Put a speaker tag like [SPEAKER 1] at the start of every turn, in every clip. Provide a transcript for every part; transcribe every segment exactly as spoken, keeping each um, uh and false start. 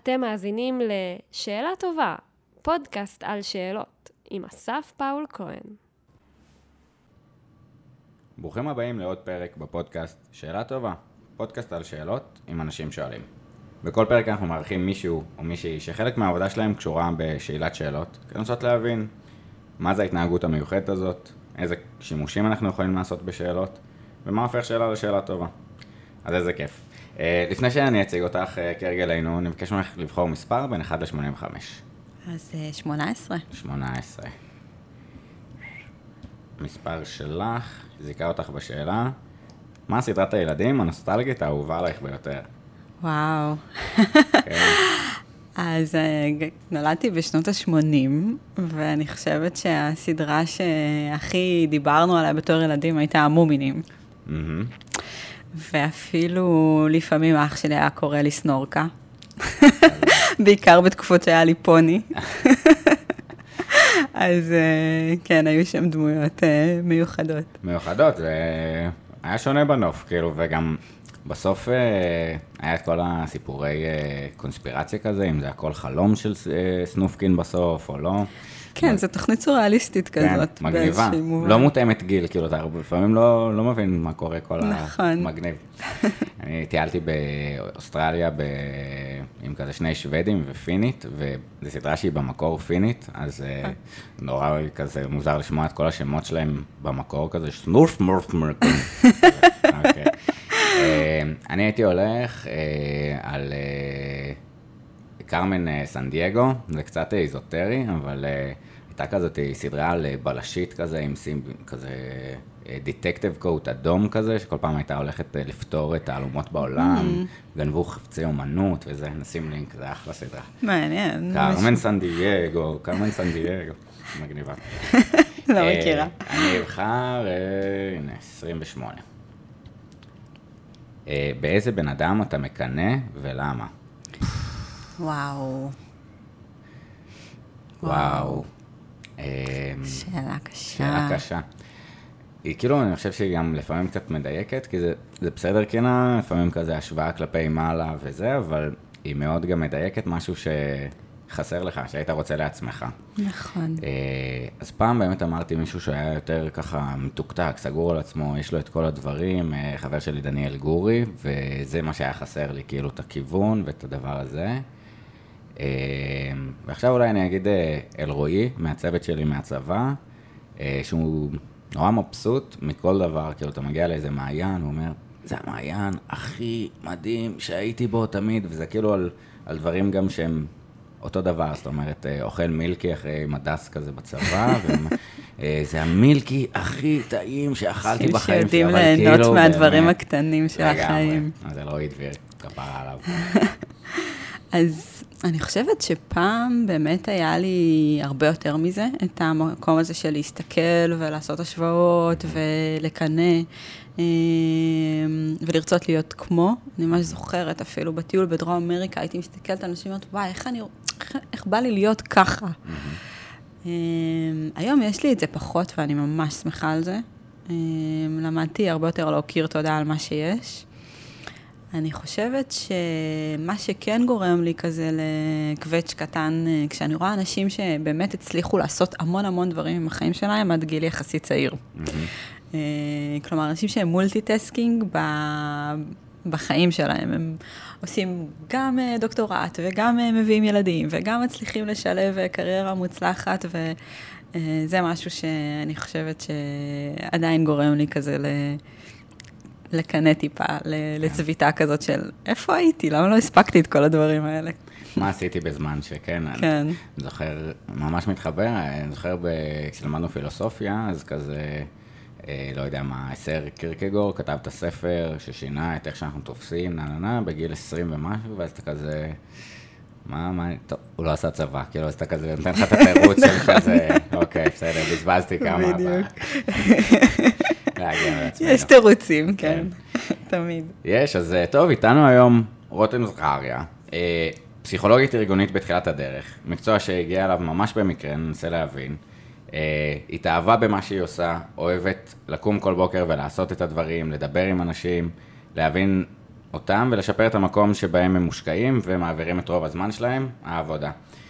[SPEAKER 1] אתם מאזינים לשאלה טובה, פודקאסט על שאלות, עם אסף פאול כהן.
[SPEAKER 2] ברוכים הבאים לעוד פרק בפודקאסט שאלה טובה, פודקאסט על שאלות עם אנשים שואלים. בכל פרק אנחנו מארחים מישהו או מישהי שחלק מהעבודה שלהם קשורה בשאלת שאלות, כדי לנסות להבין מה זה ההתנהגות המיוחדת הזאת, איזה שימושים אנחנו יכולים לעשות בשאלות, ומה הופך שאלה לשאלה טובה. אז איזה כיף. Uh, לפני שאני אציג אותך uh, כרגלנו, נבקש ממך לבחור מספר בין אחד ל-שמונים וחמש.
[SPEAKER 3] אז uh, שמונה עשרה.
[SPEAKER 2] שמונה עשרה. מספר שלך, זיקה אותך בשאלה. מה סדרת הילדים הנוסטלגית האהובה עלייך ביותר?
[SPEAKER 3] וואו.
[SPEAKER 2] כן.
[SPEAKER 3] אז uh, נולדתי בשנות ה-שמונים, ואני חושבת שהסדרה שהכי דיברנו עליה בתור ילדים הייתה המומינים.
[SPEAKER 2] Mm-hmm.
[SPEAKER 3] ואפילו לפעמים אח שלי היה קורא לי סנורקה. בעיקר בתקופות שהיה לי פוני. אז כן, היו שם דמויות מיוחדות.
[SPEAKER 2] מיוחדות, זה היה שונה בנוף, כאילו, וגם בסוף היה את כל הסיפורי קונספירציה כזה, אם זה הכל חלום של סנופקין בסוף או לא.
[SPEAKER 3] כן, זו תוכנית סוריאליסטית כזאת.
[SPEAKER 2] כן, מגניבה. לא מותאמת גיל, כאילו, אתה לפעמים לא מבין מה קורה כל המגניב. אני טיילתי באוסטרליה עם כזה שני שוודים ופינית, וזו סדרה שהיא במקור פינית, אז נורא כזה מוזר לשמוע את כל השמות שלהם במקור כזה, סנורף מורף מורקון. אני הייתי הולך על קרמן סן דייגו, זה קצת איזוטרי, אבל הייתה כזאת סדרה על בלשית כזה, עם כזה דיטקטיב קוט אדום כזה, שכל פעם הייתה הולכת לפתור את העלומות בעולם, גנבו חפצי אומנות וזה, נשים לינק, זה אחלה סדרה.
[SPEAKER 3] מעניין.
[SPEAKER 2] קרמן סן דייגו, קרמן סן דייגו, מגניבה.
[SPEAKER 3] לא מכירה.
[SPEAKER 2] אני אבחר, הנה, עשרים ושמונה. באיזה בן אדם אתה מקנא ולמה?
[SPEAKER 3] וואו.
[SPEAKER 2] וואו.
[SPEAKER 3] שאלה קשה.
[SPEAKER 2] שאלה קשה. היא כאילו, אני חושב שהיא גם לפעמים קצת מדייקת, כי זה, זה בסדר כנה, לפעמים כזה השוואה כלפי מעלה וזה, אבל היא מאוד גם מדייקת משהו שחסר לך, שהיית רוצה לעצמך.
[SPEAKER 3] נכון.
[SPEAKER 2] אז פעם באמת אמרתי מישהו שהיה יותר ככה מתוקתק, סגור על עצמו, יש לו את כל הדברים, חבר שלי דניאל גורי, וזה מה שהיה חסר לי, כאילו את הכיוון ואת הדבר הזה. ועכשיו אולי אני אגיד אלרועי, מהצוות שלי מהצבא, שהוא נורא מבסוט מכל דבר, כאילו אתה מגיע לאיזה מעיין, הוא אומר, זה המעיין הכי מדהים שהייתי בו תמיד, וזה כאילו על, על דברים גם שהם אותו דבר, זאת אומרת, אוכל מילקי אחרי מדס כזה בצבא, וזה המילקי הכי טעים שאכלתי בחיים שלי,
[SPEAKER 3] שיודעים ליהנות מהדברים הקטנים של החיים.
[SPEAKER 2] אז אלרועי דביר, כפרה עליו.
[SPEAKER 3] אז אני חושבת שפעם באמת היה לי הרבה יותר מזה, את המקום הזה של להסתכל ולעשות השוואות ולקנא ולרצות להיות כמו. אני ממש זוכרת, אפילו בטיול בדרום אמריקה, הייתי מסתכלת על אנשים ואומרת, וואי, איך, אני, איך, איך בא לי להיות ככה? Mm-hmm. היום יש לי את זה פחות ואני ממש שמחה על זה. למדתי הרבה יותר להכיר תודה על מה שיש. אני חושבת שמה שכן גורם לי כזה לקווץ' קטן, כשאני רואה אנשים שבאמת הצליחו לעשות המון המון דברים עם החיים שלהם, עד גיל יחסית צעיר. Mm-hmm. כלומר, אנשים שהם מולטי-טסקינג בחיים שלהם, הם עושים גם דוקטורט וגם מביאים ילדים, וגם מצליחים לשלב קריירה מוצלחת, וזה משהו שאני חושבת שעדיין גורם לי כזה ל... לקנא טיפה, לצביטה כזאת של איפה הייתי? למה לא הספקתי את כל הדברים האלה?
[SPEAKER 2] מה עשיתי בזמן שכן?
[SPEAKER 3] כן.
[SPEAKER 2] אני זוכר, ממש מתחבר, אני זוכר כשלמדנו פילוסופיה, אז כזה, לא יודע מה, אסר קירקגור כתב את הספר ששינה את איך שאנחנו תופסים, נה נה נה, בגיל עשרים ומשהו, ואז אתה כזה, מה, מה, טוב, הוא לא עשה צבא, כאילו, אז אתה כזה, נותן לך את התירוץ של כזה, אוקיי, בסדר, בזבזתי כמה.
[SPEAKER 3] בדיוק. יש תירוצים, כן, תמיד.
[SPEAKER 2] יש, אז טוב, איתנו היום רותם זכריה, פסיכולוגית ארגונית בתחילת הדרך, מקצוע שהגיע אליו ממש במקרה, ננסה להבין, התאהבה במה שהיא עושה, אוהבת לקום כל בוקר ולעשות את הדברים, לדבר עם אנשים, להבין אותם ולשפר את המקום שבהם הם מושקעים ומעבירים את רוב הזמן שלהם, העבודה.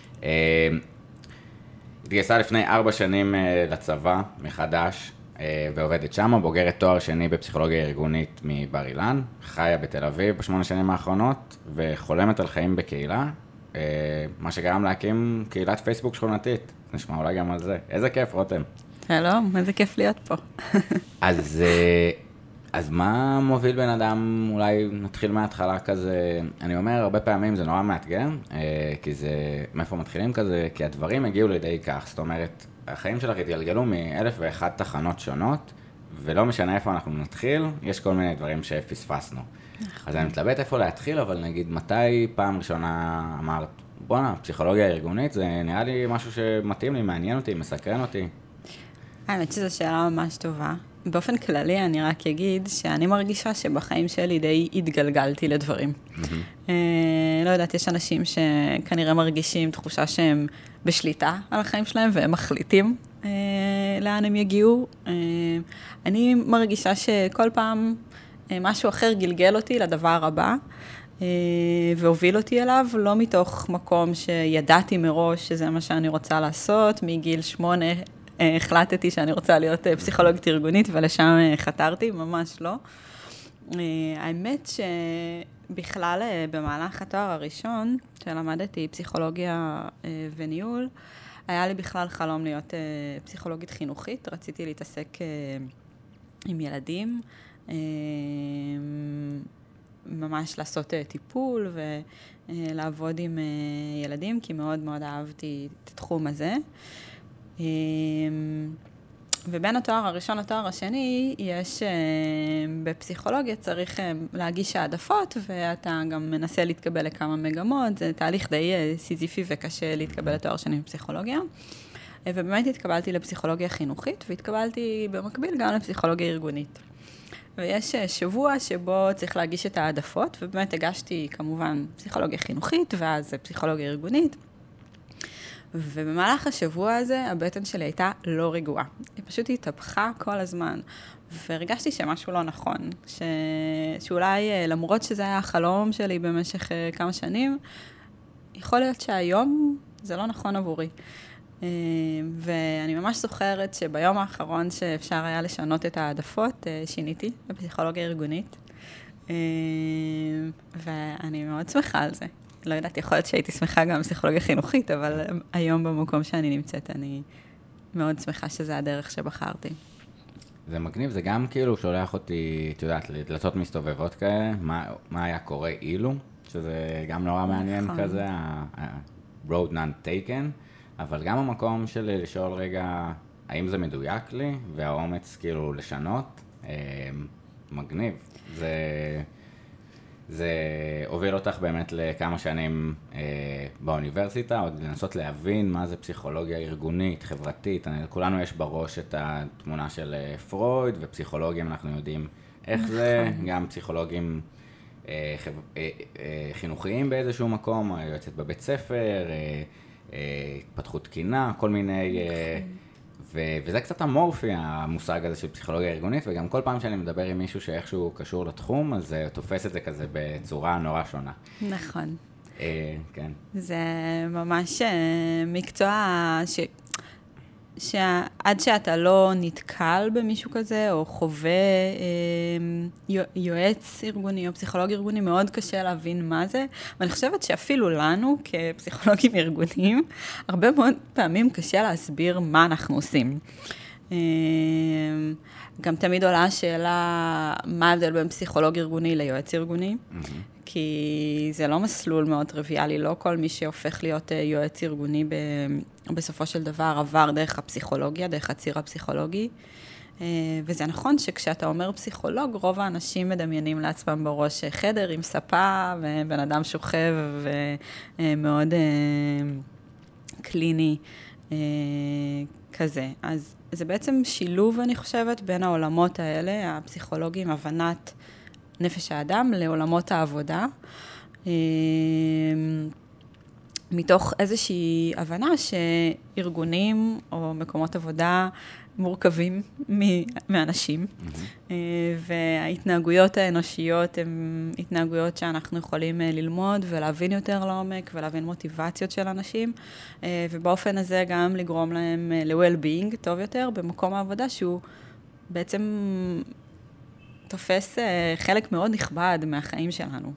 [SPEAKER 2] התגייסה לפני ארבע שנים לצבא מחדש, ועובדת שמה, בוגרת תואר שני בפסיכולוגיה ארגונית מבר אילן, חיה בתל אביב בשמונה שנים האחרונות, וחולמת על חיים בקהילה, מה שגרם להקים קהילת פייסבוק שכונתית. נשמע אולי גם על זה. איזה כיף, רותם.
[SPEAKER 3] שלום, איזה כיף להיות פה.
[SPEAKER 2] אז, אז מה מוביל בן אדם, אולי נתחיל מההתחלה כזה, אני אומר, הרבה פעמים זה נורא מאתגר, כי זה, מאיפה מתחילים כזה, כי הדברים הגיעו לידי כך, זאת אומרת, החיים שלך התגלגלו מאלף ואחת תחנות שונות, ולא משנה איפה אנחנו נתחיל, יש כל מיני דברים שפספסנו. אז אני מתלבט איפה להתחיל, אבל נגיד, מתי פעם ראשונה אמרת, בוא'נה, פסיכולוגיה ארגונית, זה נראה לי משהו שמתאים לי, מעניין אותי, מסקרן אותי. האמת
[SPEAKER 3] שזו שאלה ממש טובה. באופן כללי, אני רק אגיד שאני מרגישה שבחיים שלי די התגלגלתי לדברים. לא יודעת, יש אנשים שכנראה מרגישים תחושה שהם בשליטה על החיים שלהם, והם מחליטים לאן הם יגיעו. אני מרגישה שכל פעם משהו אחר גלגל אותי לדבר הבא, והוביל אותי אליו, לא מתוך מקום שידעתי מראש שזה מה שאני רוצה לעשות, מגיל שמונה החלטתי שאני רוצה להיות פסיכולוגית ארגונית, ולשם חתרתי, ממש לא. האמת שבכלל במהלך התואר הראשון, שלמדתי פסיכולוגיה וניהול, היה לי בכלל חלום להיות פסיכולוגית חינוכית, רציתי להתעסק עם ילדים, ממש לעשות טיפול ולעבוד עם ילדים, כי מאוד מאוד אהבתי את התחום הזה. ובין התואר הראשון לתואר השני, יש בפסיכולוגיה צריך להגיש העדפות, ואתה גם מנסה להתקבל לכמה מגמות, זה תהליך די סיזיפי וקשה להתקבל לתואר שני בפסיכולוגיה. ובאמת התקבלתי לפסיכולוגיה חינוכית, והתקבלתי במקביל גם לפסיכולוגיה ארגונית. ויש שבוע שבו צריך להגיש את העדפות, ובאמת הגשתי כמובן פסיכולוגיה חינוכית, ואז פסיכולוגיה ארגונית. ובמהלך השבוע הזה, הבטן שלי הייתה לא רגועה. היא פשוט התהפכה כל הזמן. והרגשתי שמשהו לא נכון. ש... שאולי, למרות שזה היה החלום שלי במשך כמה שנים, יכול להיות שהיום זה לא נכון עבורי. ואני ממש זוכרת שביום האחרון שאפשר היה לשנות את העדפות, שיניתי בפסיכולוגיה ארגונית. ואני מאוד שמחה על זה. לא יודעת, יכול להיות שהייתי שמחה גם בפסיכולוגיה חינוכית, אבל היום במקום שאני נמצאת, אני מאוד שמחה שזה הדרך שבחרתי.
[SPEAKER 2] זה מגניב, זה גם כאילו שולח אותי, את יודעת, לדלתות מסתובבות כאלה, מה, מה היה קורה אילו, שזה גם נורא מעניין כזה, ה-road not taken, אבל גם המקום של לשאול רגע, האם זה מדויק לי, והאומץ כאילו לשנות, מגניב. זה... זה הוביל אותך באמת לכמה שנים אה, באוניברסיטה, עוד לנסות להבין מה זה פסיכולוגיה ארגונית, חברתית. אני, כולנו יש בראש את התמונה של אה, פרויד, ופסיכולוגים אנחנו יודעים איך זה, גם פסיכולוגים אה, חב, אה, אה, חינוכיים באיזשהו מקום, היועצת בבית ספר, אה, אה, התפתחות תקינה, כל מיני... אה, ו- וזה קצת אמורפי, המושג הזה של פסיכולוגיה ארגונית, וגם כל פעם שאני מדבר עם מישהו שאיכשהו קשור לתחום, אז uh, תופס את זה כזה בצורה נורא שונה.
[SPEAKER 3] נכון.
[SPEAKER 2] Uh, כן.
[SPEAKER 3] זה ממש uh, מקצוע ש... שעד שאתה לא נתקל במישהו כזה, או חווה אה, יועץ ארגוני או פסיכולוג ארגוני, מאוד קשה להבין מה זה. ואני חושבת שאפילו לנו, כפסיכולוגים ארגוניים, הרבה מאוד פעמים קשה להסביר מה אנחנו עושים. אה, גם תמיד עולה השאלה, מה ההבדל בין פסיכולוג ארגוני ליועץ ארגוני? Mm-hmm. כי זה לא מסלול מאוד טריוויאלי, לא כל מי שהופך להיות יועץ ארגוני ב... בסופו של דבר עבר דרך הפסיכולוגיה, דרך הציר הפסיכולוגי. וזה נכון שכשאתה אומר פסיכולוג, רוב האנשים מדמיינים לעצמם בראש חדר עם ספה, ובן אדם שוכב ומאוד קליני כזה. אז זה בעצם שילוב, אני חושבת, בין העולמות האלה, הפסיכולוגים, הבנת נפש האדם, לעולמות העבודה. מתוך איזושהי הבנה שארגונים או מקומות עבודה מורכבים מאנשים, וההתנהגויות האנושיות הן התנהגויות שאנחנו יכולים ללמוד ולהבין יותר לעומק ולהבין מוטיבציות של אנשים, ובאופן הזה גם לגרום להם ל-well-being טוב יותר במקום העבודה שהוא בעצם תופס חלק מאוד נכבד מהחיים שלנו.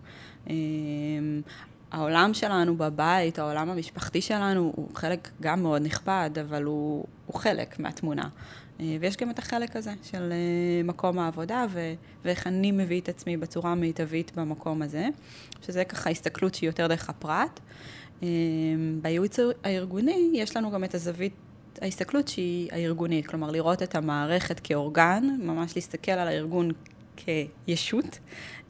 [SPEAKER 3] העולם שלנו בבית, העולם המשפחתי שלנו, הוא חלק גם מאוד נכבד, אבל הוא, הוא חלק מהתמונה. ויש גם את החלק הזה של מקום העבודה, ו- ואיך אני מביא את עצמי בצורה מיטבית במקום הזה, שזה ככה הסתכלות שהיא יותר דרך הפרט. בייעוץ הארגוני יש לנו גם את הזווית, ההסתכלות שהיא הארגונית, כלומר לראות את המערכת כאורגן, ממש להסתכל על הארגון כישות,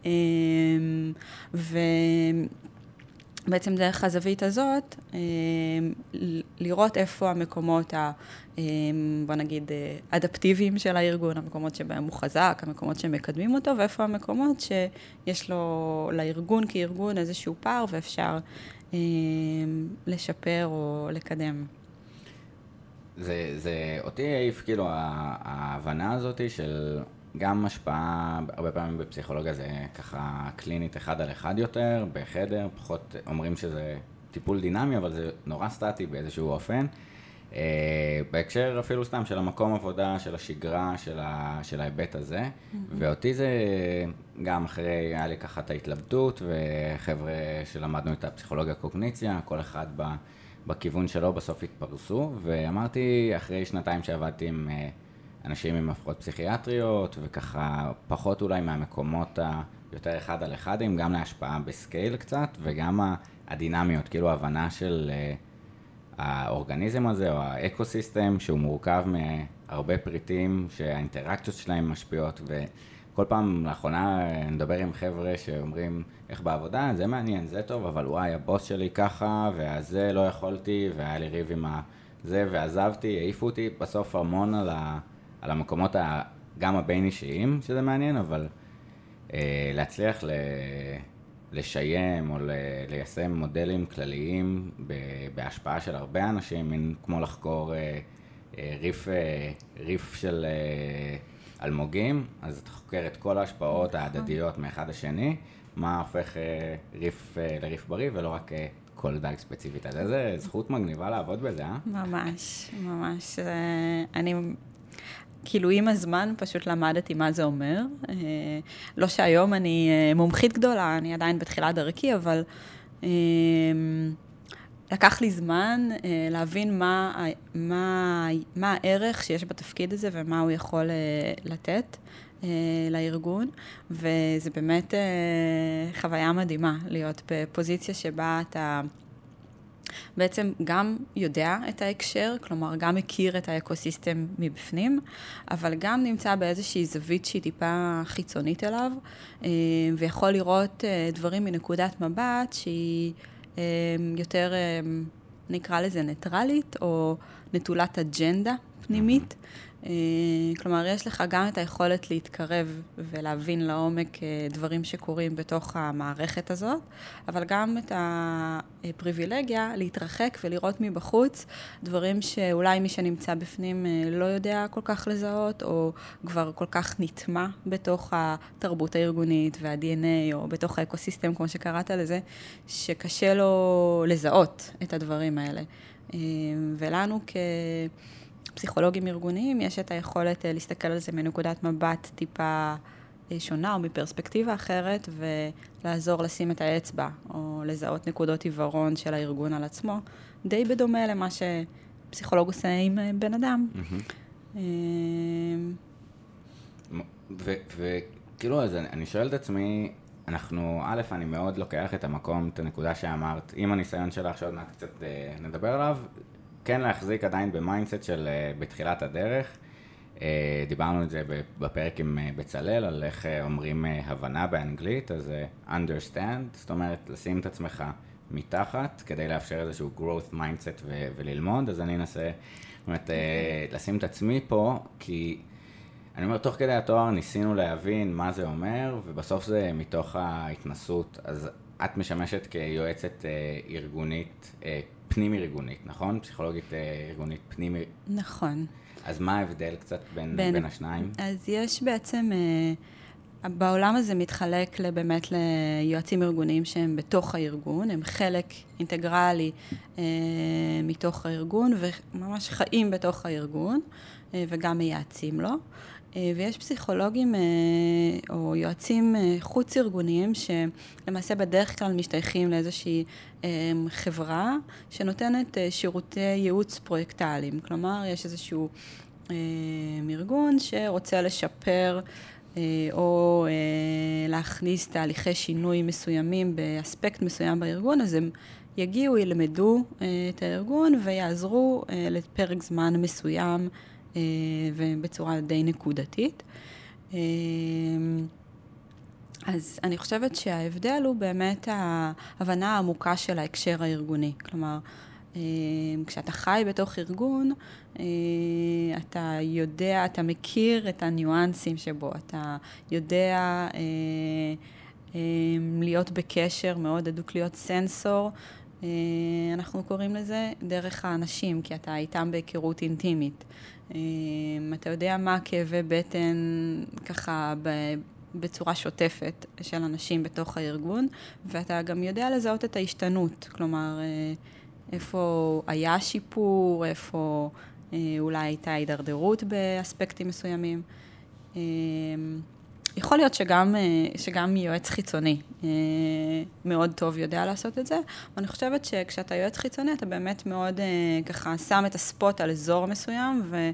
[SPEAKER 3] ו... בעצם דרך הזווית הזאת, לראות איפה המקומות, ה, בוא נגיד, אדפטיביים של הארגון, המקומות שבהם הוא חזק, המקומות שמקדמים אותו, ואיפה המקומות שיש לו, לארגון כארגון איזשהו פער, ואפשר לשפר או לקדם.
[SPEAKER 2] זה, זה אותי העיף, כאילו, ההבנה הזאת של גם השפעה, הרבה פעמים בפסיכולוגיה זה ככה קלינית אחד על אחד יותר, בחדר, פחות אומרים שזה טיפול דינמי, אבל זה נורא סטטי באיזשהו אופן. בהקשר אפילו סתם של המקום עבודה, של השגרה, של, ה, של ההיבט הזה. Mm-hmm. ואותי זה גם אחרי, היה לי ככה את ההתלבטות, וחבר'ה שלמדנו את הפסיכולוגיה קוגניציה, כל אחד ב, בכיוון שלו בסוף התפרסו, ואמרתי אחרי שנתיים שעבדתי עם אנשים עם הפרעות פסיכיאטריות, וככה פחות אולי מהמקומות היותר אחד על אחד, גם להשפעה בסקייל קצת, וגם הדינמיות, כאילו ההבנה של האורגניזם הזה, או האקוסיסטם, שהוא מורכב מהרבה פריטים, שהאינטראקציות שלהם משפיעות, וכל פעם לאחרונה נדבר עם חבר'ה שאומרים, איך בעבודה, זה מעניין, זה טוב, אבל וואי, הבוס שלי ככה, והזה לא יכולתי, והיה לי ריב עם זה, ועזבתי, העיפו אותי בסוף המון על ה... על המקומות גם הבין אישיים, שזה מעניין, אבל אה, להצליח ל, לשיים או ל, ליישם מודלים כלליים ב, בהשפעה של הרבה אנשים, מין כמו לחקור אה, אה, ריף, אה, ריף של אה, אלמוגים, אז אתה חוקר את כל ההשפעות ההדדיות מאחד השני, מה הופך אה, ריף אה, לריף בריא, ולא רק אה, כל דג ספציפית. אז איזה זכות מגניבה לעבוד בזה, אה?
[SPEAKER 3] ממש, ממש. אני... כאילו עם הזמן פשוט למדתי מה זה אומר. לא שהיום אני מומחית גדולה, אני עדיין בתחילת דרכי, אבל לקח לי זמן להבין מה, מה, מה הערך שיש בתפקיד הזה ומה הוא יכול לתת לארגון, וזה באמת חוויה מדהימה להיות בפוזיציה שבה אתה בעצם גם יודע את ההקשר, כלומר גם מכיר את האקוסיסטם מבפנים, אבל גם נמצא באיזושהי זווית שהיא טיפה חיצונית אליו, ויכול לראות דברים מנקודת מבט שהיא יותר, נקרא לזה ניטרלית, או נטולת אג'נדה פנימית. כלומר, יש לך גם את היכולת להתקרב ולהבין לעומק דברים שקורים בתוך המערכת הזאת, אבל גם את הפריבילגיה להתרחק ולראות מבחוץ דברים שאולי מי שנמצא בפנים לא יודע כל כך לזהות, או כבר כל כך נטמע בתוך התרבות הארגונית וה-די אן איי, או בתוך האקוסיסטם, כמו שקראת לזה, שקשה לו לזהות את הדברים האלה. ולנו כ... פסיכולוגים ארגוניים, יש את היכולת להסתכל על זה מנקודת מבט טיפה שונה או מפרספקטיבה אחרת, ולעזור לשים את האצבע, או לזהות נקודות עיוורון של הארגון על עצמו, די בדומה למה שפסיכולוג עושה עם בן אדם.
[SPEAKER 2] וכאילו, אז אני שואל את עצמי, אנחנו, א', אני מאוד לוקח את המקום, את הנקודה שאמרת, עם הניסיון שלך, שעוד מעט קצת נדבר עליו, כן להחזיק עדיין במיינדסט של בתחילת הדרך. דיברנו את זה בפרק עם בצלאל, על איך אומרים הבנה באנגלית, אז understand, זאת אומרת, לשים את עצמך מתחת, כדי לאפשר איזשהו growth mindset ו- וללמוד, אז אני אנסה, זאת אומרת, לשים את עצמי פה, כי אני אומר, תוך כדי התואר ניסינו להבין מה זה אומר, ובסוף זה מתוך ההתנסות, אז את משמשת כיועצת ארגונית, פנים ארגונית, נכון? פסיכולוגית ארגונית פנים...
[SPEAKER 3] נכון.
[SPEAKER 2] אז מה ההבדל קצת בין, בין, בין השניים?
[SPEAKER 3] אז יש בעצם, בעולם הזה מתחלק באמת ליועצים ארגוניים שהם בתוך הארגון, הם חלק אינטגרלי מתוך הארגון, וממש חיים בתוך הארגון, וגם מייעצים לו. ויש פסיכולוגים או יועצים חוץ ארגוניים שלמעשה בדרך כלל משתייכים לאיזושהי חברה שנותנת שירותי ייעוץ פרויקטליים. כלומר, יש איזשהו ארגון שרוצה לשפר או להכניס תהליכי שינוי מסוימים באספקט מסוים בארגון, אז הם יגיעו, ילמדו את הארגון ויעזרו לפרק זמן מסוים ובצורה די נקודתית. אז אני חושבת שההבדל הוא באמת ההבנה העמוקה של ההקשר הארגוני. כלומר, כשאתה חי בתוך ארגון, אתה יודע, אתה מכיר את הניואנסים שבו, אתה יודע להיות בקשר מאוד הדוק, להיות סנסור, אנחנו קוראים לזה דרך האנשים, כי אתה איתם בהיכרות אינטימית. אתה יודע מה כאבי בטן ככה בצורה שוטפת של אנשים בתוך הארגון, ואתה גם יודע לזהות את ההשתנות, כלומר, איפה היה שיפור, איפה אולי הייתה הידרדרות באספקטים מסוימים. יכול להיות שגם, שגם יועץ חיצוני מאוד טוב יודע לעשות את זה, ואני חושבת שכשאתה יועץ חיצוני, אתה באמת מאוד ככה שם את הספוט על אזור מסוים, ו,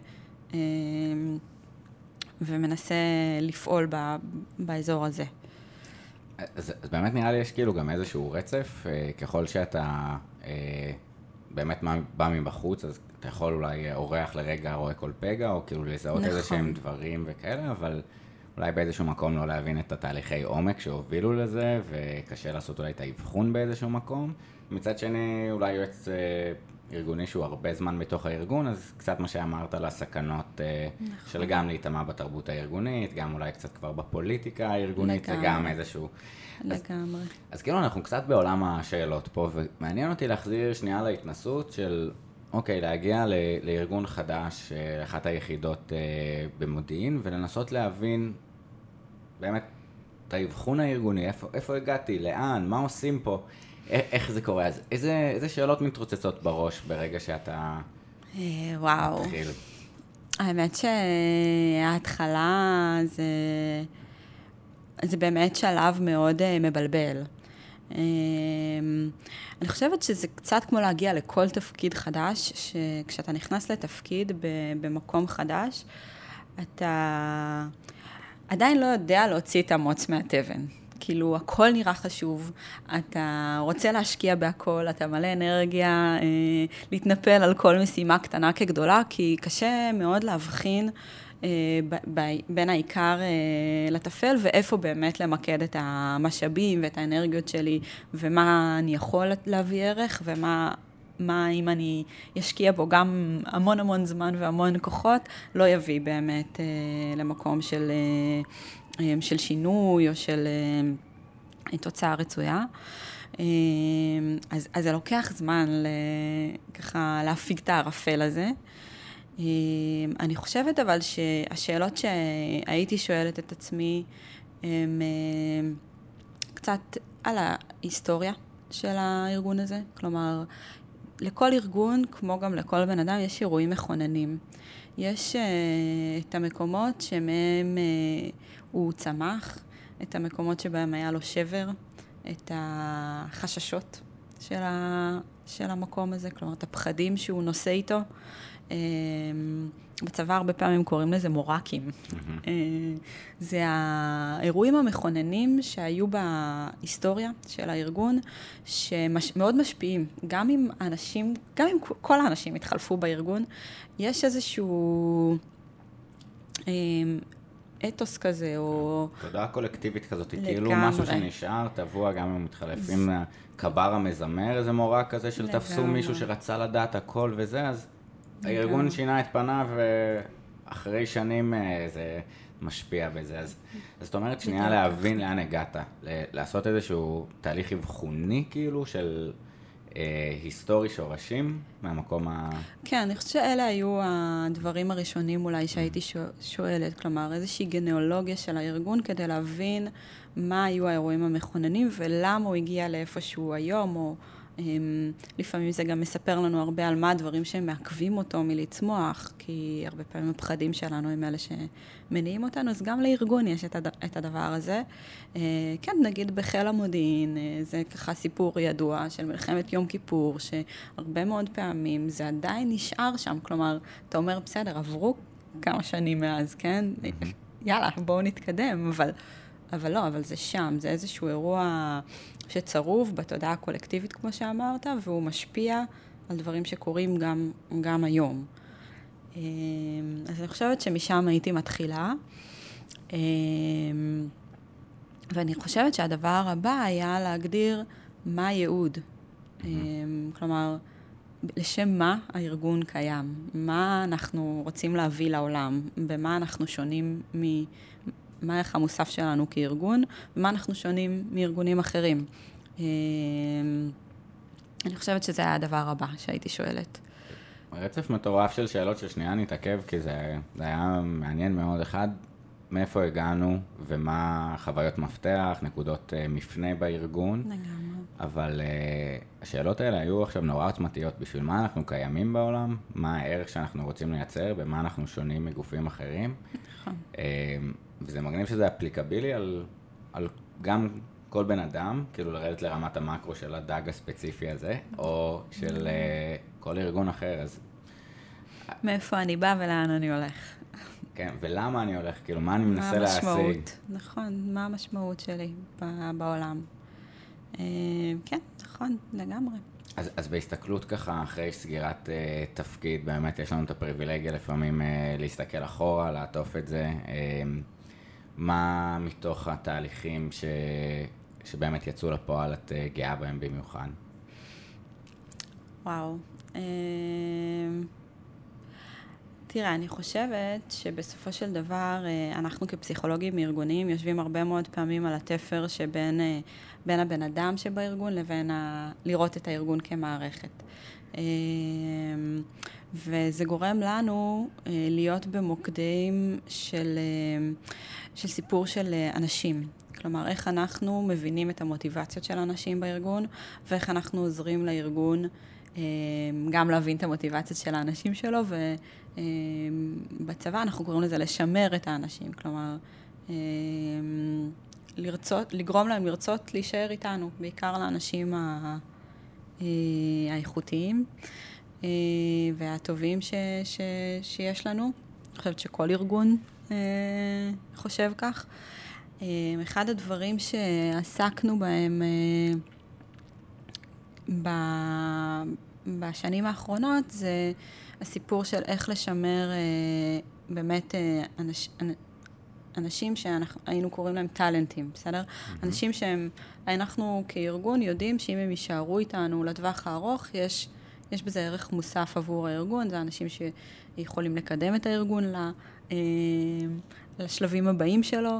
[SPEAKER 3] ומנסה לפעול ב, באזור הזה.
[SPEAKER 2] אז, אז באמת נראה לי יש כאילו גם איזשהו רצף, ככל שאתה באמת בא מבחוץ, אז אתה יכול אולי אורח לרגע רואה כל פגע, או כאילו לזהות נכון. איזה שהם דברים וכאלה, אבל אולי באיזשהו מקום לא להבין את התהליכי עומק שהובילו לזה, וקשה לעשות אולי את האבחון באיזשהו מקום. מצד שני, אולי יועץ ארגוני שהוא הרבה זמן בתוך הארגון, אז קצת מה שאמרת על הסכנות נכון. של גם להתאמה בתרבות הארגונית, גם אולי קצת כבר בפוליטיקה הארגונית, זה גם איזשהו...
[SPEAKER 3] לגמרי.
[SPEAKER 2] אז, אז כאילו אנחנו קצת בעולם השאלות פה, ומעניין אותי להחזיר שנייה להתנסות של, אוקיי, להגיע ל, לארגון חדש, אחת היחידות במודיעין, ולנסות להבין באמת את האבחון הארגוני, איפה, איפה הגעתי, לאן, מה עושים פה, איך זה קורה, אז איזה, איזה שאלות מתרוצצות בראש ברגע שאתה
[SPEAKER 3] וואו.
[SPEAKER 2] מתחיל?
[SPEAKER 3] האמת שההתחלה זה, זה באמת שלב מאוד מבלבל. אני חושבת שזה קצת כמו להגיע לכל תפקיד חדש, שכשאתה נכנס לתפקיד במקום חדש, אתה עדיין לא יודע להוציא את המוץ מהתבן. כאילו, הכל נראה חשוב, אתה רוצה להשקיע בהכל, אתה מלא אנרגיה, להתנפל על כל משימה קטנה כגדולה, כי קשה מאוד להבחין בין העיקר לטפל, ואיפה באמת למקד את המשאבים ואת האנרגיות שלי, ומה אני יכול להביא ערך, ומה מה אם אני אשקיע בו גם המון המון זמן והמון כוחות, לא יביא באמת למקום של, של שינוי או של תוצאה רצויה. אז, אז זה לוקח זמן ככה להפיג את הערפל הזה. אני חושבת אבל שהשאלות שהייתי שואלת את עצמי הם קצת על ההיסטוריה של הארגון הזה. כלומר, לכל ארגון, כמו גם לכל בן אדם, יש אירועים מכוננים. יש את המקומות שמהם הוא צמח, את המקומות שבהם היה לו שבר, את החששות של, ה, של המקום הזה, כלומר, את הפחדים שהוא נושא איתו. בצבא הרבה פעמים קוראים לזה מורקים. Mm-hmm. זה האירועים המכוננים שהיו בהיסטוריה של הארגון, שמאוד משפיעים. גם אם אנשים, גם אם כל האנשים התחלפו בארגון, יש איזשהו אתוס כזה, או...
[SPEAKER 2] תודעה קולקטיבית כזאת, כאילו משהו שנשאר, טבוע, גם אם מתחלפים קבר המזמר, איזה מורק כזה של תפסו מישהו שרצה לדעת הכל וזה, אז הארגון שינה את פניו, ואחרי שנים זה משפיע בזה. אז זאת אומרת, שנייה להבין לאן הגעת, לעשות איזשהו תהליך אבחוני כאילו, של היסטורי שורשים מהמקום ה...
[SPEAKER 3] כן, אני חושבת שאלה היו הדברים הראשונים אולי שהייתי שואלת, כלומר איזושהי גנאולוגיה של הארגון כדי להבין מה היו האירועים המכוננים ולמה הוא הגיע לאיפה שהוא היום, או לפעמים זה גם מספר לנו הרבה על מה הדברים שהם מעכבים אותו מלצמוח, כי הרבה פעמים הפחדים שלנו הם אלה שמניעים אותנו, אז גם לארגון יש את הדבר הזה. כן, נגיד בחיל המודיעין, זה ככה סיפור ידוע של מלחמת יום כיפור, שהרבה מאוד פעמים זה עדיין נשאר שם, כלומר, אתה אומר, בסדר, עברו כמה שנים מאז, כן? יאללה, בואו נתקדם, אבל... אבל לא, אבל זה שם, זה איזשהו אירוע שצרוב בתודעה הקולקטיבית, כמו שאמרת, והוא משפיע על דברים שקורים גם, גם היום. אז אני חושבת שמשם הייתי מתחילה, ואני חושבת שהדבר הבא היה להגדיר מה הייעוד. כלומר, לשם מה הארגון קיים, מה אנחנו רוצים להביא לעולם, במה אנחנו שונים מ... מה הערך המוסף שלנו כארגון, ומה אנחנו שונים מארגונים אחרים. אני חושבת שזה היה הדבר הבא שהייתי שואלת.
[SPEAKER 2] רצף מטורף של שאלות ששנייה נתעכב, כי זה, זה היה מעניין מאוד. אחד, מאיפה הגענו, ומה חוויות מפתח, נקודות מפנה בארגון.
[SPEAKER 3] לגמרי.
[SPEAKER 2] אבל השאלות האלה היו עכשיו נורא עוצמתיות. בשביל מה אנחנו קיימים בעולם, מה הערך שאנחנו רוצים לייצר, במה אנחנו שונים מגופים אחרים.
[SPEAKER 3] נכון.
[SPEAKER 2] וזה מגניב שזה אפליקבילי על, על גם כל בן אדם, כאילו לרדת לרמת המקרו של הדג הספציפי הזה, או של uh, כל ארגון אחר. אז...
[SPEAKER 3] מאיפה אני בא ולאן אני הולך.
[SPEAKER 2] כן, ולמה אני הולך, כאילו, מה אני מנסה להשיג.
[SPEAKER 3] מה המשמעות, נכון, מה המשמעות שלי בעולם. כן, נכון, לגמרי.
[SPEAKER 2] אז, אז בהסתכלות ככה, אחרי סגירת uh, תפקיד, באמת יש לנו את הפריבילגיה לפעמים uh, להסתכל אחורה, לעטוף את זה. Uh, מה מתוך התהליכים ש... שבאמת יצאו לפועל את uh, גאה בהם במיוחד?
[SPEAKER 3] וואו. Uh, תראה, אני חושבת שבסופו של דבר, uh, אנחנו כפסיכולוגים ארגוניים יושבים הרבה מאוד פעמים על התפר שבין... Uh, בין הבן אדם שבארגון לבין ה... לראות את הארגון כמערכת. וזה גורם לנו להיות במוקדים של, של סיפור של אנשים. כלומר, איך אנחנו מבינים את המוטיבציות של האנשים בארגון, ואיך אנחנו עוזרים לארגון גם להבין את המוטיבציות של האנשים שלו, ובצבא אנחנו קוראים לזה לשמר את האנשים. כלומר, לרצות, לגרום להם לרצות להישאר איתנו, בעיקר לאנשים האיכותיים והטובים ש, ש, שיש לנו. אני חושבת שכל ארגון חושב כך. אחד הדברים שעסקנו בהם בשנים האחרונות זה הסיפור של איך לשמר באמת אנשים, אנשים שהיינו קוראים להם טלנטים, בסדר? Mm-hmm. אנשים שהם, אנחנו כארגון יודעים שאם הם יישארו איתנו לטווח הארוך, יש, יש בזה ערך מוסף עבור הארגון, זה אנשים שיכולים לקדם את הארגון לשלבים הבאים שלו,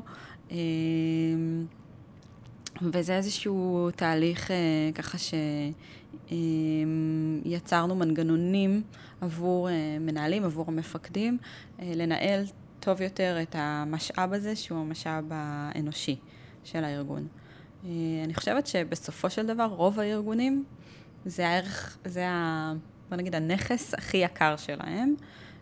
[SPEAKER 3] וזה איזשהו תהליך ככה שיצרנו מנגנונים עבור מנהלים, עבור המפקדים, לנהל טוב יותר את המשאב הזה, שהוא המשאב האנושי של הארגון. אני חושבת שבסופו של דבר, רוב הארגונים, זה הערך, זה ה, בוא נגיד, הנכס הכי יקר שלהם.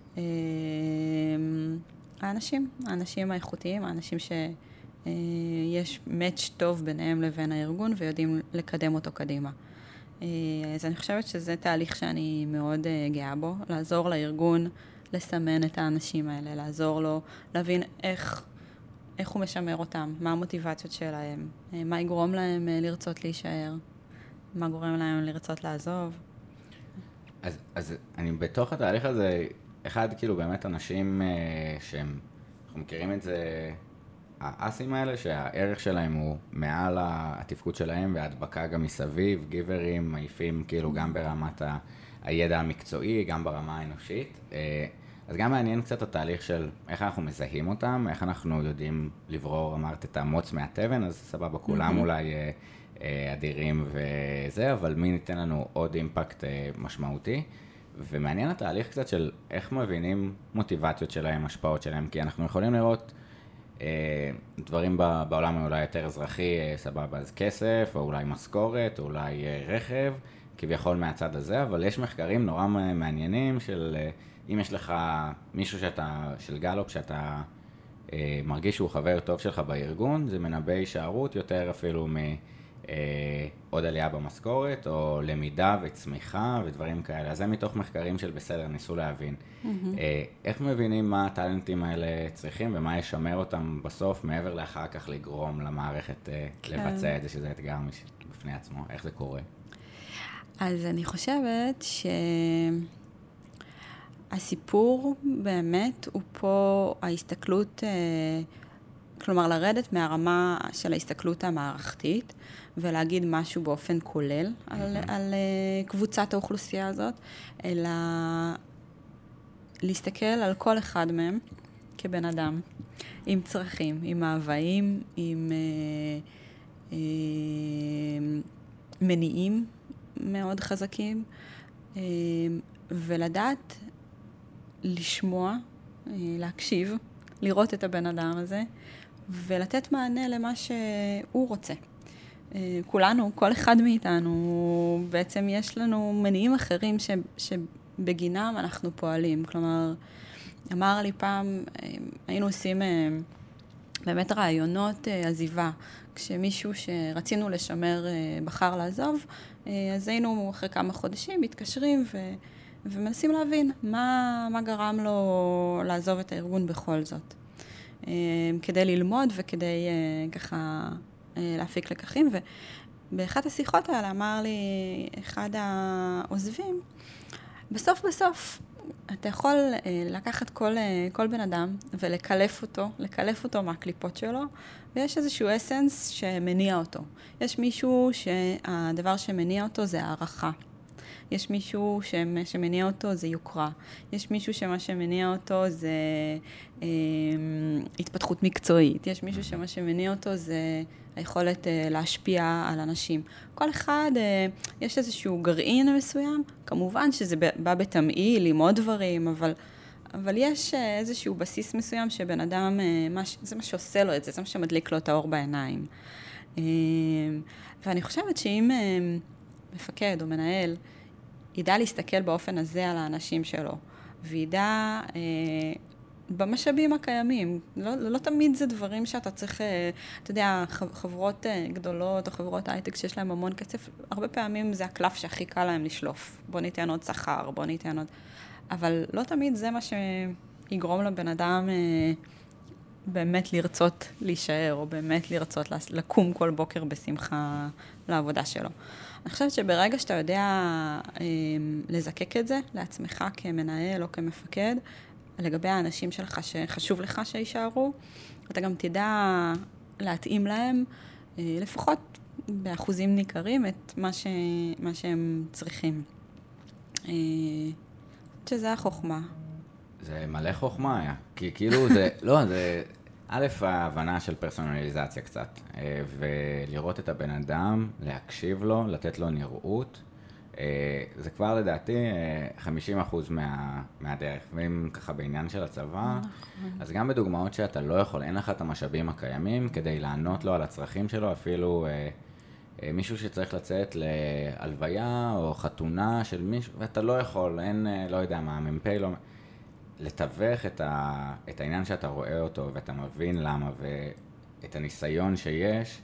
[SPEAKER 3] האנשים, האנשים האיכותיים, האנשים שיש מאץ' טוב ביניהם לבין הארגון, ויודעים לקדם אותו קדימה. אז אני חושבת שזה תהליך שאני מאוד גאה בו, לעזור לארגון, לסמן את האנשים האלה, לעזור לו, להבין איך, איך הוא משמר אותם, מה המוטיבציות שלהם, מה יגרום להם לרצות להישאר, מה גורם להם לרצות לעזוב.
[SPEAKER 2] אז, אז אני בתוך התהליך הזה, אחד כאילו באמת אנשים שהם, אנחנו מכירים את זה, האסים האלה, שהערך שלהם הוא מעל התפקוד שלהם, וההדבקה גם מסביב, גיברים, מעיפים כאילו גם ברמת ה... הידע המקצועי, גם ברמה האנושית. אז גם מעניין קצת התהליך של איך אנחנו מזהים אותם, איך אנחנו יודעים לברור, אמרת, את המוץ מהתבן, אז סבבה, כולם אולי אדירים וזה, אבל מי ניתן לנו עוד אימפקט משמעותי. ומעניין התהליך קצת של איך מבינים מוטיבציות שלהם, השפעות שלהם, כי אנחנו יכולים לראות דברים בעולם אולי יותר אזרחי, סבבה, אז כסף, או אולי משכורת, או אולי רכב, כביכול מהצד הזה, אבל יש מחקרים נורא מעניינים של אם יש לך מישהו שאתה, של גלופ, שאתה מרגיש שהוא חבר טוב שלך בארגון, זה מנבא הישארות יותר אפילו מעוד עלייה במשכורת, או למידה וצמיחה ודברים כאלה. אז זה מתוך מחקרים של בסדר, ניסו להבין. Mm-hmm. איך מבינים מה הטלנטים האלה צריכים, ומה ישמר אותם בסוף, מעבר לאחר כך לגרום למערכת כן. לבצע את זה, שזה אתגר בפני עצמו. איך זה קורה?
[SPEAKER 3] אז אני חושבת שהסיפור באמת הוא פה ההסתכלות, כלומר לרדת מהרמה של ההסתכלות המערכתית, ולהגיד משהו באופן כולל mm-hmm. על, על קבוצת האוכלוסייה הזאת, אלא להסתכל על כל אחד מהם כבן אדם, עם צרכים, עם מאוויים, עם אה, אה, מניעים מאוד חזקים, אה, ולדעת לשמוע, אה, להקשיב, לראות את הבן אדם הזה, ולתת מענה למה שהוא רוצה. אה, כולנו, כל אחד מאיתנו, בעצם יש לנו מניעים אחרים ש... ש בגינם אנחנו פועלים. כלומר, אמר לי פעם, היינו עושים באמת רעיונות עזיבה. כשמישהו שרצינו לשמר בחר לעזוב, אז היינו אחרי כמה חודשים מתקשרים ו... ומנסים להבין מה, מה גרם לו לעזוב את הארגון בכל זאת. כדי ללמוד וכדי ככה להפיק לקחים. ובאחת השיחות האלה אמר לי אחד העוזבים, בסוף בסוף, אתה יכול לקחת כל, כל בן אדם ולקלף אותו, לקלף אותו מהקליפות שלו, ויש איזשהו אסנס שמניע אותו. יש מישהו שהדבר שמניע אותו זה הערכה. יש מישהו שמניע אותו זה יוקרה. יש מישהו שמה שמניע אותו זה אה, התפתחות מקצועית. יש מישהו שמה שמניע אותו זה היכולת אה, להשפיע על אנשים. כל אחד, אה, יש איזשהו גרעין מסוים. כמובן שזה בא בתמעיל עם עוד דברים, אבל, אבל יש אה, איזשהו בסיס מסוים שבן אדם, אה, מה, זה מה שעושה לו את זה, זה מה שמדליק לו את האור בעיניים. אה, ואני חושבת שאם אה, מפקד או מנהל, ידע להסתכל באופן הזה על האנשים שלו, וידע אה, במשאבים הקיימים. לא, לא תמיד זה דברים שאתה צריך, אה, אתה יודע, חברות אה, גדולות או חברות הייטק שיש להם המון כסף, הרבה פעמים זה הקלף שהכי קל להם לשלוף. בוא ניתן עוד שכר, בוא ניתן עוד... אבל לא תמיד זה מה שיגרום לבן אדם אה, באמת לרצות להישאר, או באמת לרצות לקום כל בוקר בשמחה לעבודה שלו. אני חושבת שברגע שאתה יודע אה, לזקק את זה לעצמך כמנהל או כמפקד, לגבי האנשים שלך שחשוב לך שישארו, אתה גם תדע להתאים להם, אה, לפחות באחוזים ניכרים, את מה, ש, מה שהם צריכים. אה, שזה החוכמה.
[SPEAKER 2] זה מלא חוכמה היה, כי כאילו זה, לא, זה... א', ההבנה של פרסונליזציה קצת, ולראות את הבן אדם, להקשיב לו, לתת לו נראות, זה כבר לדעתי חמישים אחוז מה, מהדרך. ואם ככה בעניין של הצבא, אז גם בדוגמאות שאתה לא יכול, אין לך את המשאבים הקיימים כדי לענות לו על הצרכים שלו, אפילו מישהו שצריך לצאת להלוויה או חתונה של מישהו, ואתה לא יכול, אין, לא יודע מה, ממפי לא... לתווך את, ה, את העניין שאתה רואה אותו ואתה מבין למה ואת הניסיון שיש,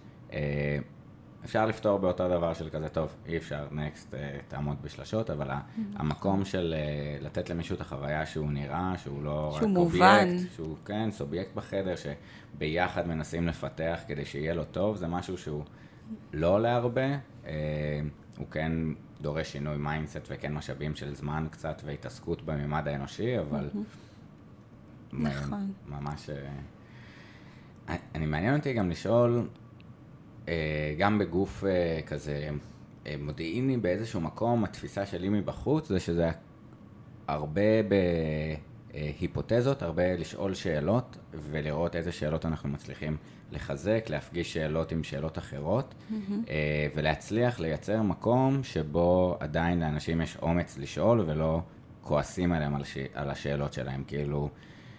[SPEAKER 2] אפשר לפתור באותו דבר של כזה, טוב, אי אפשר, נקסט, תעמוד בשלשות, אבל mm-hmm. המקום של לתת למישהו את החוויה שהוא נראה, שהוא לא
[SPEAKER 3] שהוא
[SPEAKER 2] רק
[SPEAKER 3] מובן.
[SPEAKER 2] אובייקט, שהוא כן, סובייקט בחדר, שביחד מנסים לפתח כדי שיהיה לו טוב, זה משהו שהוא לא עולה הרבה, הוא כן דורש שינוי מיינדסט וכן משאבים של זמן קצת והתעסקות בממד האנושי, אבל
[SPEAKER 3] נכון.
[SPEAKER 2] ממש... אני מעניין אותי גם לשאול, גם בגוף כזה מודיעיני באיזשהו מקום, התפיסה שלי מבחוץ זה שזה הרבה היפותזות, הרבה לשאול שאלות ולראות איזה שאלות אנחנו מצליחים לחזק, להפגיש שאלות עם שאלות אחרות, mm-hmm. ולהצליח לייצר מקום שבו עדיין לאנשים יש אומץ לשאול ולא כועסים עליהם על, ש... על השאלות שלהם, כאילו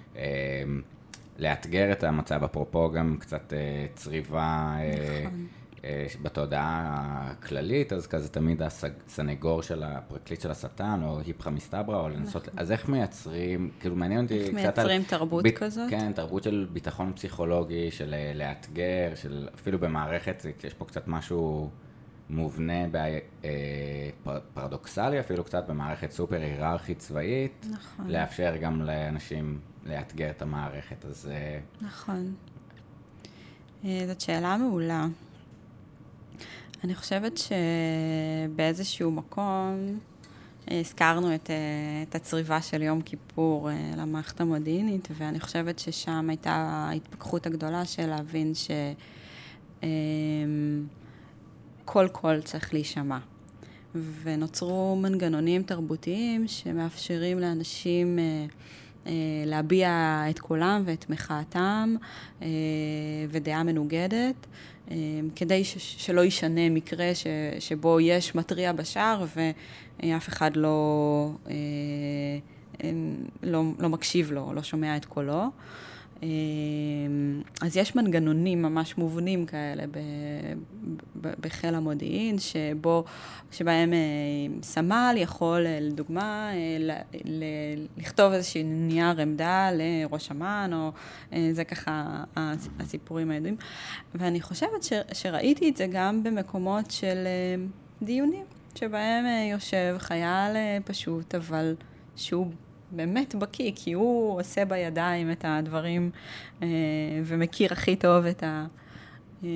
[SPEAKER 2] לאתגר את המצב, אפרופו גם קצת צריבה נכון. בתודעה הכללית, אז כזה תמיד הסנגור של הפרקליט של השטן, או היפכה מסתברא, או לנסות, נכון. אז איך מייצרים, כאילו מעניין אותי
[SPEAKER 3] קצת על... איך מייצרים תרבות
[SPEAKER 2] ב...
[SPEAKER 3] כזאת?
[SPEAKER 2] כן, תרבות של ביטחון פסיכולוגי, של לאתגר, של אפילו במערכת, יש פה קצת משהו מובנה, פרדוקסלי, אפילו קצת במערכת סופר היררכית צבאית, נכון. לאפשר גם לאנשים לאתגר את המערכת, אז...
[SPEAKER 3] נכון. זאת שאלה מעולה. אני חושבת שבאיזשהו מקום הזכרנו את, את הצריבה של יום כיפור למערכת המודיעינית, ואני חושבת ששם הייתה ההתפכחות הגדולה של להבין שכל קול צריך להישמע. ונוצרו מנגנונים תרבותיים שמאפשרים לאנשים להביע את קולם ואת מחאתם ודעה מנוגדת, כדי ש- שלא ישנה מקרה ש- שבו יש מטריע בשער ואף אחד לא, לא, לא מקשיב לו, לא שומע את קולו. אז יש מנגנונים ממש מובנים כאלה ב- ב- בחיל המודיעין, שבו, שבהם סמל יכול, לדוגמה, ל- ל- לכתוב איזושהי נייר עמדה לראש אמ"ן, או זה ככה הסיפורים הידועים. ואני חושבת ש- שראיתי את זה גם במקומות של דיונים, שבהם יושב חייל פשוט, אבל שהוא באמת בקיא, כי הוא עושה בידיים את הדברים אה, ומכיר הכי טוב את, ה, אה,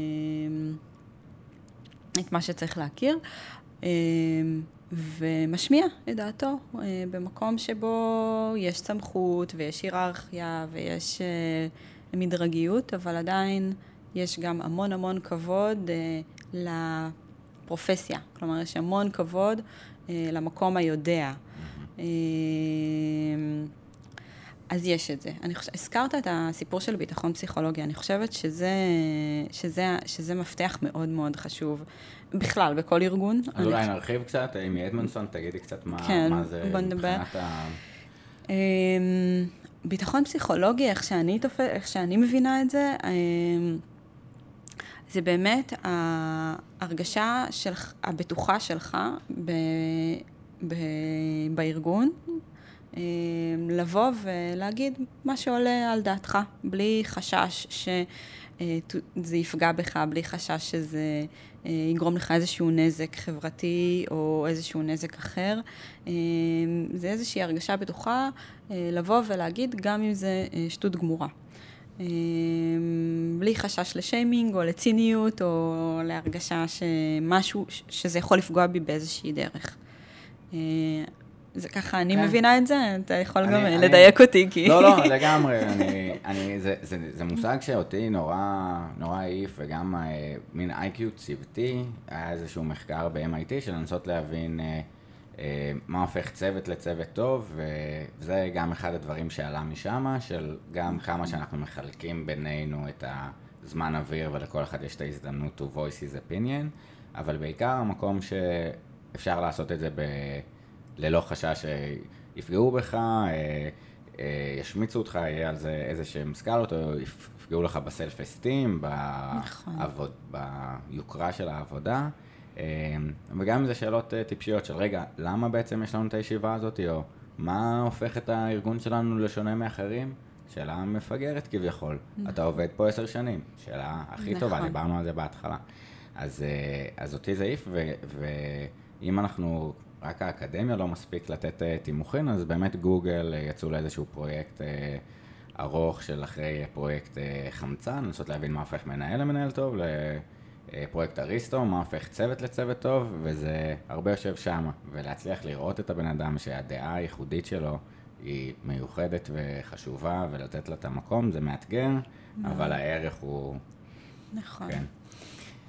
[SPEAKER 3] את מה שצריך להכיר, אה, ומשמיע את דעתו אה, במקום שבו יש סמכות ויש היררכיה ויש אה, מדרגיות, אבל עדיין יש גם המון המון כבוד אה, לפרופסיה. כלומר, יש המון כבוד אה, למקום היודע. אז יש את זה. אני חושבת, הזכרת את הסיפור של ביטחון פסיכולוגי, אני חושבת שזה, שזה, שזה מפתח מאוד מאוד חשוב, בכלל, בכל ארגון.
[SPEAKER 2] אז אולי נרחיב קצת, אמי אדמונסון, תגידי קצת מה,
[SPEAKER 3] כן,
[SPEAKER 2] מה זה מבחינת ה...
[SPEAKER 3] ביטחון פסיכולוגי, איך שאני, תופ... איך שאני מבינה את זה, זה באמת ההרגשה של, הבטוחה שלך ב... ב... בארגון, לבוא ולהגיד מה שעולה על דעתך, בלי חשש שזה יפגע בך, בלי חשש שזה יגרום לך איזשהו נזק חברתי או איזשהו נזק אחר. זה איזושהי הרגשה בטוחה לבוא ולהגיד גם אם זה שטות גמורה. בלי חשש לשיימינג או לציניות או להרגשה שמשהו, שזה יכול לפגוע בי באיזושהי דרך. זה ככה, אני מבינה את זה, אתה יכול גם לדייק אותי, כי...
[SPEAKER 2] לא, לא, לגמרי, זה מושג שאותי נורא העיף, וגם מין איי קיו צוותי, היה איזשהו מחקר ב-אם איי טי של לנסות להבין מה הופך צוות לצוות טוב, וזה גם אחד הדברים שעלה משם, של גם כמה שאנחנו מחלקים בינינו את הזמן אוויר, ולכל אחד יש את ההזדמנות to voice his opinion, אבל בעיקר המקום שאפשר לעשות את זה ב... ללא חשש שיפגעו בך, ישמיצו אותך, יהיה על זה איזה שהם סקלות, או יפגעו לך בסלף אסטים, בעבוד, ביוקרה של העבודה. וגם אם זה שאלות טיפשיות של רגע, למה בעצם יש לנו את הישיבה הזאת, או מה הופך את הארגון שלנו לשונה מאחרים? שאלה מפגרת כביכול. אתה עובד פה עשר שנים, שאלה הכי טובה, דיברנו על זה בהתחלה. אז, אז אותי זה העיף, ואם אנחנו... רק האקדמיה לא מספיק לתת תימוכין, אז באמת גוגל יצאו לאיזשהו פרויקט ארוך של אחרי פרויקט חמצן, לנסות להבין מה הופך מנהל למנהל טוב, לפרויקט אריסטו, מה הופך צוות לצוות טוב, וזה הרבה יושב שם, ולהצליח לראות את הבן אדם שהדעה הייחודית שלו היא מיוחדת וחשובה, ולתת לה את המקום, זה מאתגר, אבל הערך הוא...
[SPEAKER 3] נכון.
[SPEAKER 2] כן.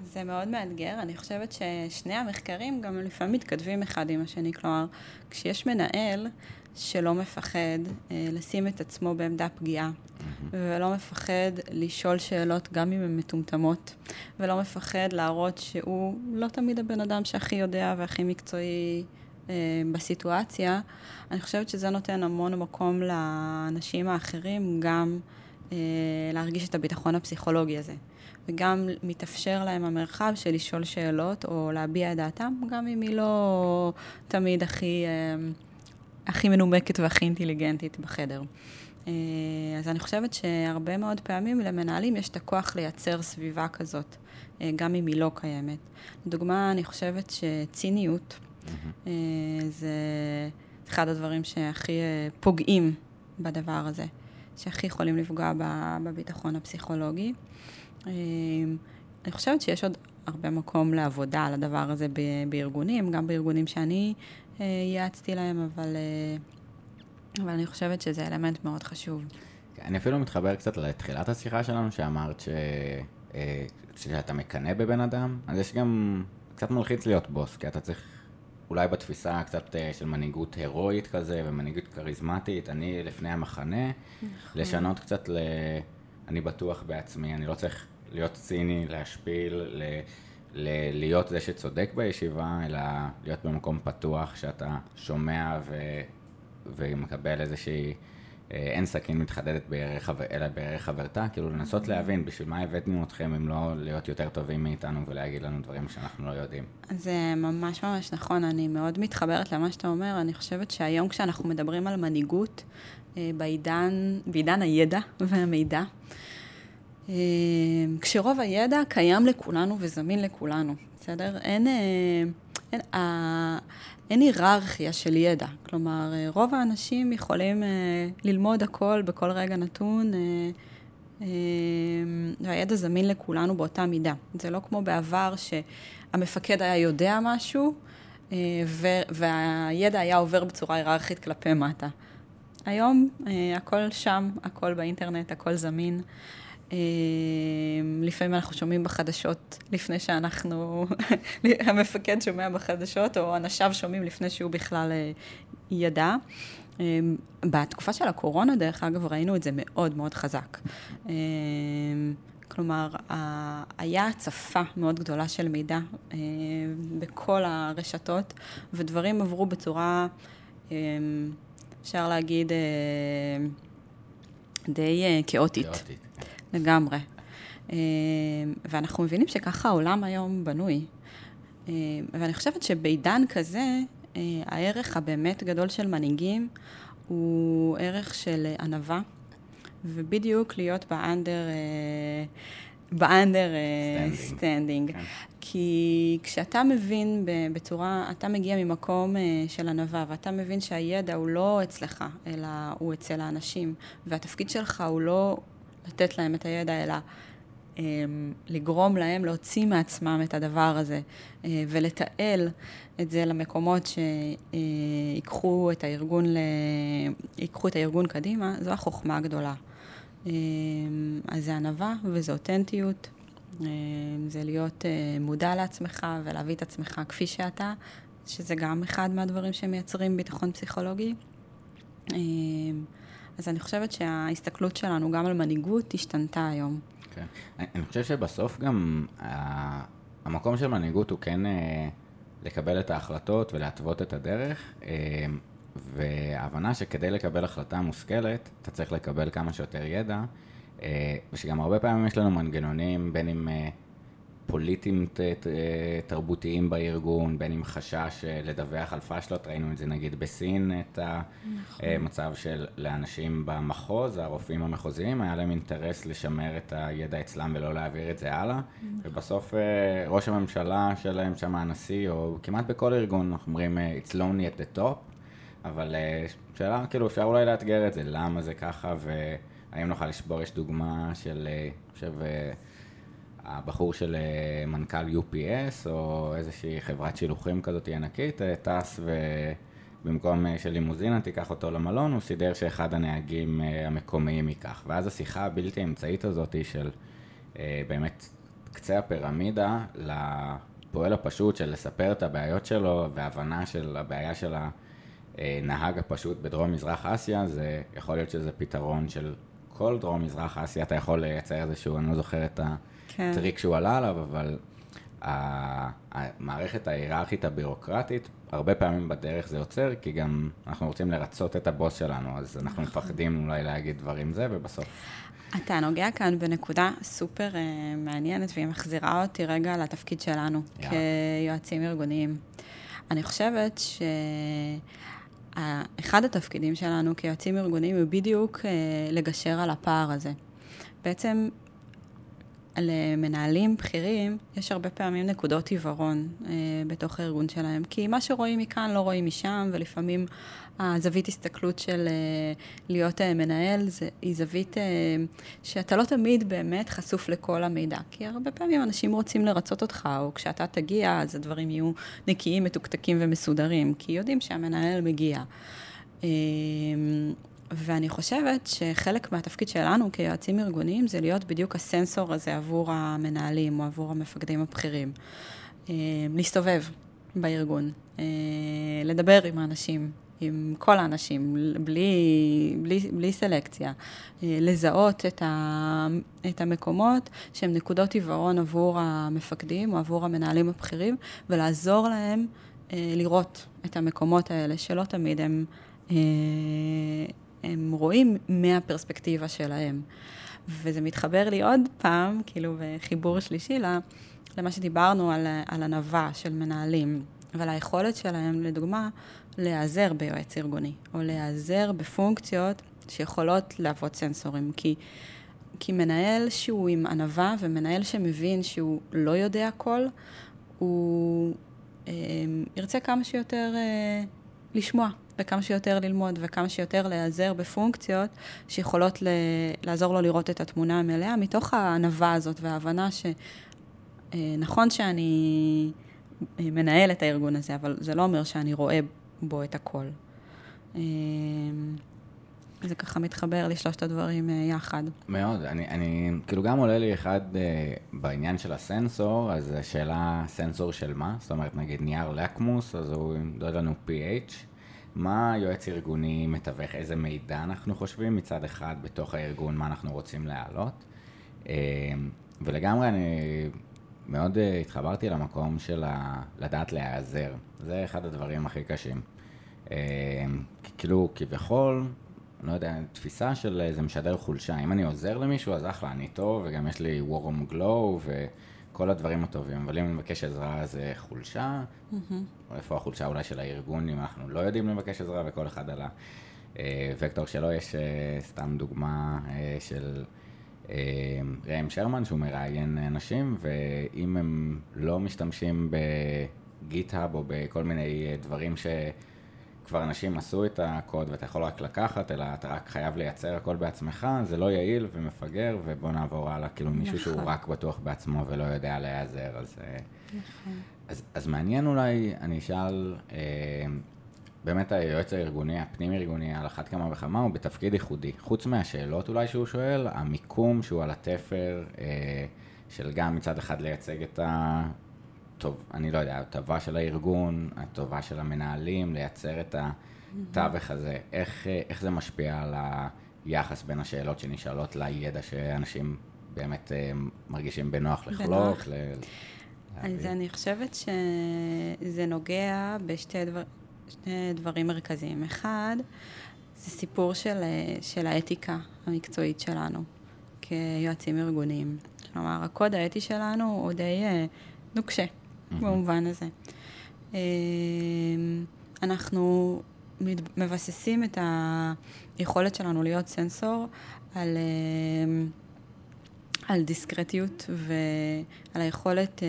[SPEAKER 3] זה מאוד מאתגר. אני חושבת ששני המחקרים גם לפעמים מתכתבים אחד עם השני. כלומר, כשיש מנהל שלא מפחד אה, לשים את עצמו בעמדה פגיעה, mm-hmm. ולא מפחד לשאול שאלות גם אם הן מטומטמות, ולא מפחד להראות שהוא לא תמיד הבן אדם שהכי יודע והכי מקצועי אה, בסיטואציה, אני חושבת שזה נותן המון מקום לאנשים האחרים גם אה, להרגיש את הביטחון הפסיכולוגי הזה. וגם מתאפשר להם המרחב של לשאול שאלות או להביע את דעתם, גם אם היא לא תמיד הכי, הכי מנומקת והכי אינטליגנטית בחדר. אז אני חושבת שהרבה מאוד פעמים למנהלים יש את הכוח לייצר סביבה כזאת, גם אם היא לא קיימת. לדוגמה, אני חושבת שציניות mm-hmm. זה אחד הדברים שהכי פוגעים בדבר הזה, שהכי יכולים לפגוע בביטחון הפסיכולוגי. אני חושבת שיש עוד הרבה מקום לעבודה על הדבר הזה בארגונים, גם בארגונים שאני ייעצתי להם, אבל, אבל אני חושבת שזה אלמנט מאוד חשוב.
[SPEAKER 2] אני אפילו מתחבר קצת לתחילת השיחה שלנו, שאמרת ש... שאתה מקנא בבן אדם, אז יש גם קצת מלחיץ להיות בוס, כי אתה צריך אולי בתפיסה קצת של מנהיגות הירואית כזה, ומנהיגות כריזמטית, אני לפני המחנה, נכון. לשנות קצת ל... אני בטוח בעצמי, אני לא צריך להיות ציני, להשפיל, ל... ל... להיות זה שצודק בישיבה, אלא להיות במקום פתוח, שאתה שומע ו... ומקבל איזושהי, אין סכין מתחדדת בערך, אלא בערך חברתה, כאילו לנסות להבין בשביל מה הבאתנו אתכם, אם לא להיות יותר טובים מאיתנו ולהגיד לנו דברים שאנחנו לא יודעים.
[SPEAKER 3] זה ממש ממש נכון, אני מאוד מתחברת למה שאתה אומר, אני חושבת שהיום כשאנחנו מדברים על מנהיגות, בעידן, בעידן הידע והמידע, כשרוב הידע קיים לכולנו וזמין לכולנו, בסדר? אין, אין, אין היררכיה של ידע, כלומר, רוב האנשים יכולים ללמוד הכל בכל רגע נתון, והידע זמין לכולנו באותה מידה. זה לא כמו בעבר שהמפקד היה יודע משהו, והידע היה עובר בצורה היררכית כלפי מטה. היום הכל שם, הכל באינטרנט, הכל זמין. לפעמים אנחנו שומעים בחדשות לפני שאנחנו, המפקד שומע בחדשות, או אנשיו שומעים לפני שהוא בכלל ידע. בתקופה של הקורונה, דרך אגב, ראינו את זה מאוד מאוד חזק. כלומר, היה הצפה מאוד גדולה של מידע בכל הרשתות, ודברים עברו בצורה, אפשר להגיד, די כאוטית. כאוטית. לגמרי. ואנחנו מבינים שככה העולם היום בנוי. ואני חושבת שבעידן כזה, הערך הבאמת גדול של מנהיגים הוא ערך של ענווה, ובדיוק להיות באנדר, באנדר סטנדינג. כי כשאתה מבין בצורה, אתה מגיע ממקום של ענווה, ואתה מבין שהידע הוא לא אצלך, אלא הוא אצל האנשים, והתפקיד שלך הוא לא לתת להם את הידע, אלא לגרום להם להוציא מעצמם את הדבר הזה, ולתעל את זה למקומות שיקחו את הארגון, ייקחו את הארגון קדימה, זו החוכמה הגדולה. אז זה ענווה וזה אותנטיות, זה להיות מודע לעצמך ולהביא את עצמך כפי שאתה, שזה גם אחד מהדברים שמייצרים ביטחון פסיכולוגי. אז אני חושבת שההסתכלות שלנו גם על מנהיגות השתנתה היום.
[SPEAKER 2] כן. אני חושב שבסוף גם המקום של מנהיגות הוא כן לקבל את ההחלטות ולהתוות את הדרך, וההבנה שכדי לקבל החלטה מושכלת, אתה צריך לקבל כמה שיותר ידע, ושגם הרבה פעמים יש לנו מנגנונים, בין אם פוליטיים תרבותיים בארגון, בין אם חשש לדווח על פשלות, ראינו את זה נגיד בסין, את המצב של לאנשים במחוז, הרופאים המחוזיים, היה להם אינטרס לשמר את הידע אצלם ולא להעביר את זה הלאה, ובסוף ראש הממשלה שלהם שם הנשיא, או כמעט בכל ארגון, אנחנו אומרים, it's lonely at the top, אבל שאלה, כאילו, אפשר אולי לאתגר את זה, למה זה ככה, והאם נוכל לשבור, יש דוגמה של, אני חושב, הבחור של מנכ"ל יו פי אס, או איזושהי חברת שילוחים כזאת ענקית, טס ובמקום של לימוזינה תיקח אותו למלון, הוא סידר שאחד הנהגים המקומיים ייקח. ואז השיחה הבלתי אמצעית הזאת של באמת קצה הפירמידה לפועל הפשוט של לספר את הבעיות שלו והבנה של הבעיה של הנהג הפשוט בדרום מזרח אסיה, זה יכול להיות שזה פתרון של כל דרום מזרח אסיה, אתה יכול לייצר איזשהו, אני לא זוכר את הטריק שהוא עלה עליו, אבל המערכת ההיררכית הבירוקרטית, הרבה פעמים בדרך זה יוצר, כי גם אנחנו רוצים לרצות את הבוס שלנו, אז אנחנו מפחדים אולי להגיד דברים זה, ובסוף...
[SPEAKER 3] אתה נוגע כאן בנקודה סופר uh, מעניינת, והיא מחזירה אותי רגע לתפקיד שלנו, yeah. כיועצים ארגוניים. אני חושבת שאחד התפקידים שלנו כיועצים ארגוניים הוא בדיוק uh, לגשר על הפער הזה. בעצם, למנהלים בכירים, יש הרבה פעמים נקודות עיוורון אה, בתוך הארגון שלהם, כי מה שרואים מכאן לא רואים משם, ולפעמים הזווית הסתכלות של אה, להיות אה, מנהל, זה, היא זווית אה, שאתה לא תמיד באמת חשוף לכל המידע, כי הרבה פעמים אנשים רוצים לרצות אותך, או כשאתה תגיע, אז הדברים יהיו נקיים, מתוקתקים ומסודרים, כי יודעים שהמנהל מגיע. אה, ואני חושבת שחלק מהתפקיד שלנו כיועצים ארגוניים זה להיות בדיוק הסנסור הזה עבור המנהלים או עבור המפקדים הבכירים. להסתובב בארגון, לדבר עם האנשים, עם כל האנשים, בלי, בלי, בלי סלקציה, לזהות את, ה, את המקומות שהם נקודות עיוורון עבור המפקדים או עבור המנהלים הבכירים, ולעזור להם לראות את המקומות האלה, שלא תמיד הם... הם רואים מהפרספקטיבה שלהם. וזה מתחבר לי עוד פעם, כאילו בחיבור שלישי, למה שדיברנו על, על ענווה של מנהלים, ועל היכולת שלהם, לדוגמה, להיעזר ביועץ ארגוני, או להיעזר בפונקציות שיכולות להוות סנסורים. כי, כי מנהל שהוא עם ענווה, ומנהל שמבין שהוא לא יודע הכל, הוא אה, ירצה כמה שיותר אה, לשמוע. וכמה שיותר ללמוד וכמה שיותר להיעזר בפונקציות שיכולות ל- לעזור לו לראות את התמונה המלאה, מתוך הענווה הזאת וההבנה שנכון שאני מנהל את הארגון הזה, אבל זה לא אומר שאני רואה בו את הכל. זה ככה מתחבר לשלושת הדברים יחד. מאוד,
[SPEAKER 2] אני, אני, כאילו גם עולה לי אחד בעניין של הסנסור, אז השאלה סנסור של מה? זאת אומרת, נגיד נייר לקמוס, אז הוא דוד לנו פי אייץ', מה יועץ ארגוני מתווך, איזה מידע אנחנו חושבים מצד אחד בתוך הארגון, מה אנחנו רוצים להעלות. ולגמרי אני מאוד התחברתי למקום של לדעת להיעזר. זה אחד הדברים הכי קשים. כאילו, כביכול, לא יודע, תפיסה של זה משדר חולשה. אם אני עוזר למישהו, אז אחלה, אני טוב, וגם יש לי warm glow וכל הדברים הטובים. אבל אם אני מבקש עזרה, זה חולשה. או איפה החולשה אולי של הארגון, אם אנחנו לא יודעים לבקש עזרה, וכל אחד על הוקטור שלו. יש סתם דוגמה של ראם שרמן, שהוא מראיין אנשים, ואם הם לא משתמשים בגיט-האב או בכל מיני דברים שכבר אנשים עשו את הקוד, ואתה יכול רק לקחת, אלא אתה רק חייב לייצר הכל בעצמך, זה לא יעיל ומפגר, ובוא נעבור הלאה, כאילו מישהו שהוא רק בטוח בעצמו ולא יודע להיעזר, אז... אז, אז מעניין אולי, אני אשאל, אה, באמת היועץ הארגוני, הפנים ארגוני, על אחת כמה וכמה, הוא בתפקיד ייחודי. חוץ מהשאלות אולי שהוא שואל, המיקום שהוא על התפר, אה, של גם מצד אחד לייצג את הטוב, אני לא יודע, הטובה של הארגון, הטובה של המנהלים, לייצר את התווך הזה. איך, איך זה משפיע על היחס בין השאלות שנשאלות לידע שאנשים באמת אה, מרגישים בנוח לחלוק? ל...
[SPEAKER 3] אז אני חושבת שזה נוגע בשתי דבר, שני דברים מרכזיים. אחד, זה סיפור של, של האתיקה המקצועית שלנו כיועצים ארגוניים. כלומר, הקוד האתי שלנו הוא די נוקשה, mm-hmm. במובן הזה. אנחנו מבססים את היכולת שלנו להיות סנסור על... על דיסקרטיות ועל היכולת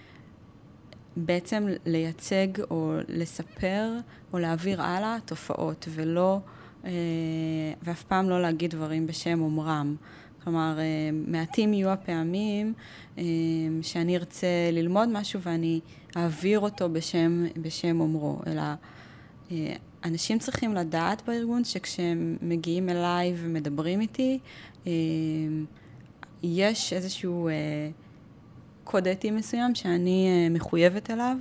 [SPEAKER 3] בעצם לייצג או לספר או להעביר הלאה תופעות, ולא, ואף פעם לא להגיד דברים בשם אומרם. כלומר, מעטים יהיו הפעמים שאני ארצה ללמוד משהו ואני אעביר אותו בשם, בשם אומרו, אלא אנשים צריכים לדעת בארגון שכשהם מגיעים אליי ומדברים איתי, יש איזשהו, קוד אתי מסוים שאני מחויבת אליו,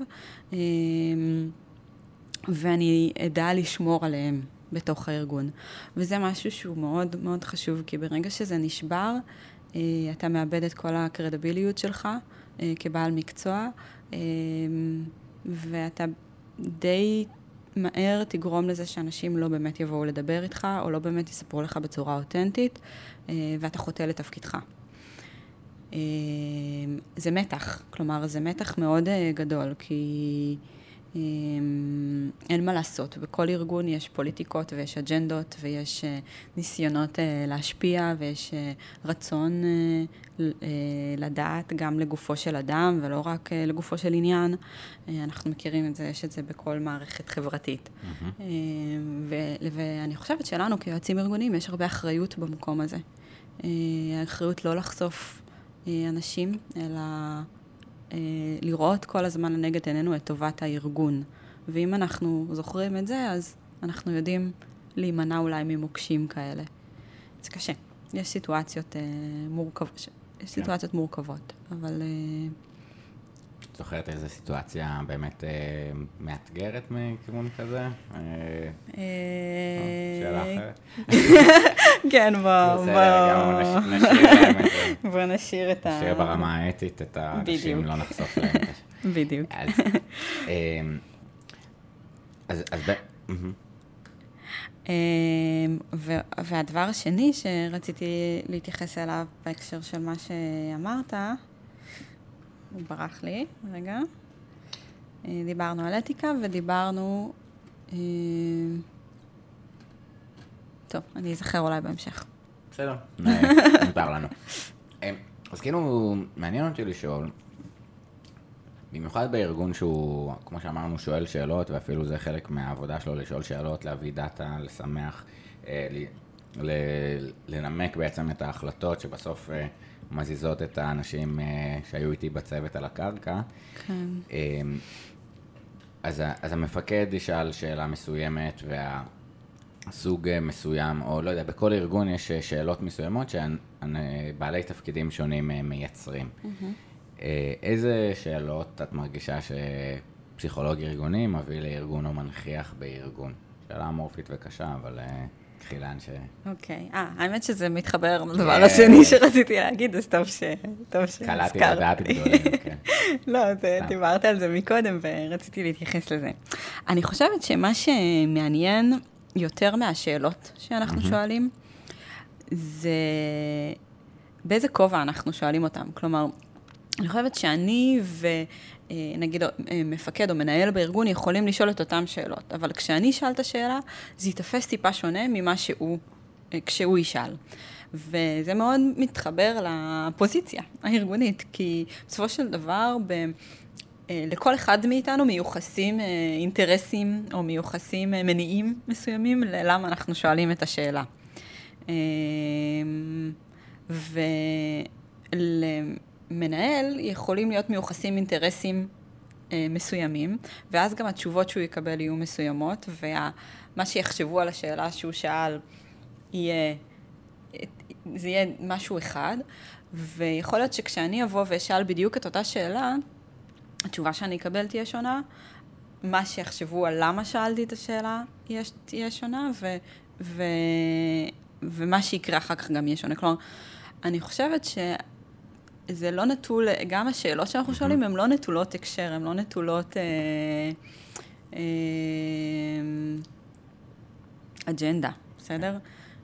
[SPEAKER 3] ואני אדע לשמור עליהם בתוך הארגון. וזה משהו שהוא מאוד מאוד חשוב, כי ברגע שזה נשבר, אתה מאבד את כל הקרדיביליות שלך כבעל מקצוע, ואתה די מהר תגרום לזה שאנשים לא באמת יבואו לדבר איתך, או לא באמת יספרו לך בצורה אותנטית, ואתה חוטא לתפקידך. זה מתח, כלומר, זה מתח מאוד גדול, כי אין מה לעשות. בכל ארגון יש פוליטיקות ויש אג'נדות ויש ניסיונות להשפיע ויש רצון לדעת גם לגופו של אדם ולא רק לגופו של עניין. אנחנו מכירים את זה, יש את זה בכל מערכת חברתית. Mm-hmm. ואני חושבת שלנו כיועצים ארגוניים יש הרבה אחריות במקום הזה. האחריות לא לחשוף אנשים, אלא לראות כל הזמן לנגד עינינו את טובת הארגון. ואם אנחנו זוכרים את זה, אז אנחנו יודעים להימנע אולי ממוקשים כאלה. זה קשה. יש סיטואציות מורכבות, יש סיטואציות מורכבות, אבל...
[SPEAKER 2] זוכרת איזו סיטואציה באמת מאתגרת מכיוון כזה? שאלה אחרת?
[SPEAKER 3] כן, בוא נשאיר את ה...
[SPEAKER 2] נשאיר ברמה האתית את האנשים, לא נחשוף להם.
[SPEAKER 3] בדיוק.
[SPEAKER 2] אז...
[SPEAKER 3] והדבר השני שרציתי להתייחס אליו בהקשר של מה שאמרת, הוא ברח לי, רגע. דיברנו על אתיקה ודיברנו... טוב, אני אזכר אולי בהמשך.
[SPEAKER 2] בסדר, נותר לנו. אז כאילו, מעניין אותי לשאול, במיוחד בארגון שהוא, כמו שאמרנו, שואל שאלות, ואפילו זה חלק מהעבודה שלו לשאול שאלות, להביא דאטה, לשמח, לנמק בעצם את ההחלטות שבסוף מזיזות את האנשים שהיו איתי בצוות על הקרקע.
[SPEAKER 3] כן.
[SPEAKER 2] אז, אז המפקד ישאל שאלה מסוימת, והסוג מסוים, או לא יודע, בכל ארגון יש שאלות מסוימות שבעלי תפקידים שונים מייצרים. Mm-hmm. איזה שאלות את מרגישה שפסיכולוג ארגוני מביא לארגון או מנכיח בארגון? שאלה אמורפית וקשה, אבל... תחילה ש...
[SPEAKER 3] אוקיי. אה, האמת שזה מתחבר לדבר השני שרציתי להגיד, אז טוב ש... טוב שהזכרת.
[SPEAKER 2] קלעתי לדעת גדולים, כן.
[SPEAKER 3] לא, דיברת על זה מקודם ורציתי להתייחס לזה. אני חושבת שמה שמעניין יותר מהשאלות שאנחנו שואלים, זה באיזה כובע אנחנו שואלים אותם. כלומר, אני חושבת שאני ו... נגיד מפקד או מנהל בארגון יכולים לשאול את אותם שאלות, אבל כשאני אשאל את השאלה, זה יתפס טיפה שונה ממה שהוא, כשהוא ישאל. וזה מאוד מתחבר לפוזיציה הארגונית, כי בסופו של דבר, ב, לכל אחד מאיתנו מיוחסים אינטרסים או מיוחסים מניעים מסוימים ללמה אנחנו שואלים את השאלה. ול... מנהל יכולים להיות מיוחסים אינטרסים אה, מסוימים, ואז גם התשובות שהוא יקבל יהיו מסוימות, ומה שיחשבו על השאלה שהוא שאל יהיה, זה יהיה משהו אחד, ויכול להיות שכשאני אבוא ואשאל בדיוק את אותה שאלה, התשובה שאני אקבל תהיה שונה, מה שיחשבו על למה שאלתי את השאלה תהיה שונה, ו, ו, ומה שיקרה אחר כך גם יהיה שונה. כלומר, אני חושבת ש... זה לא נטול, גם השאלות שאנחנו שואלים, הן לא נטולות הקשר, הן לא נטולות אה, אה, אג'נדה, בסדר?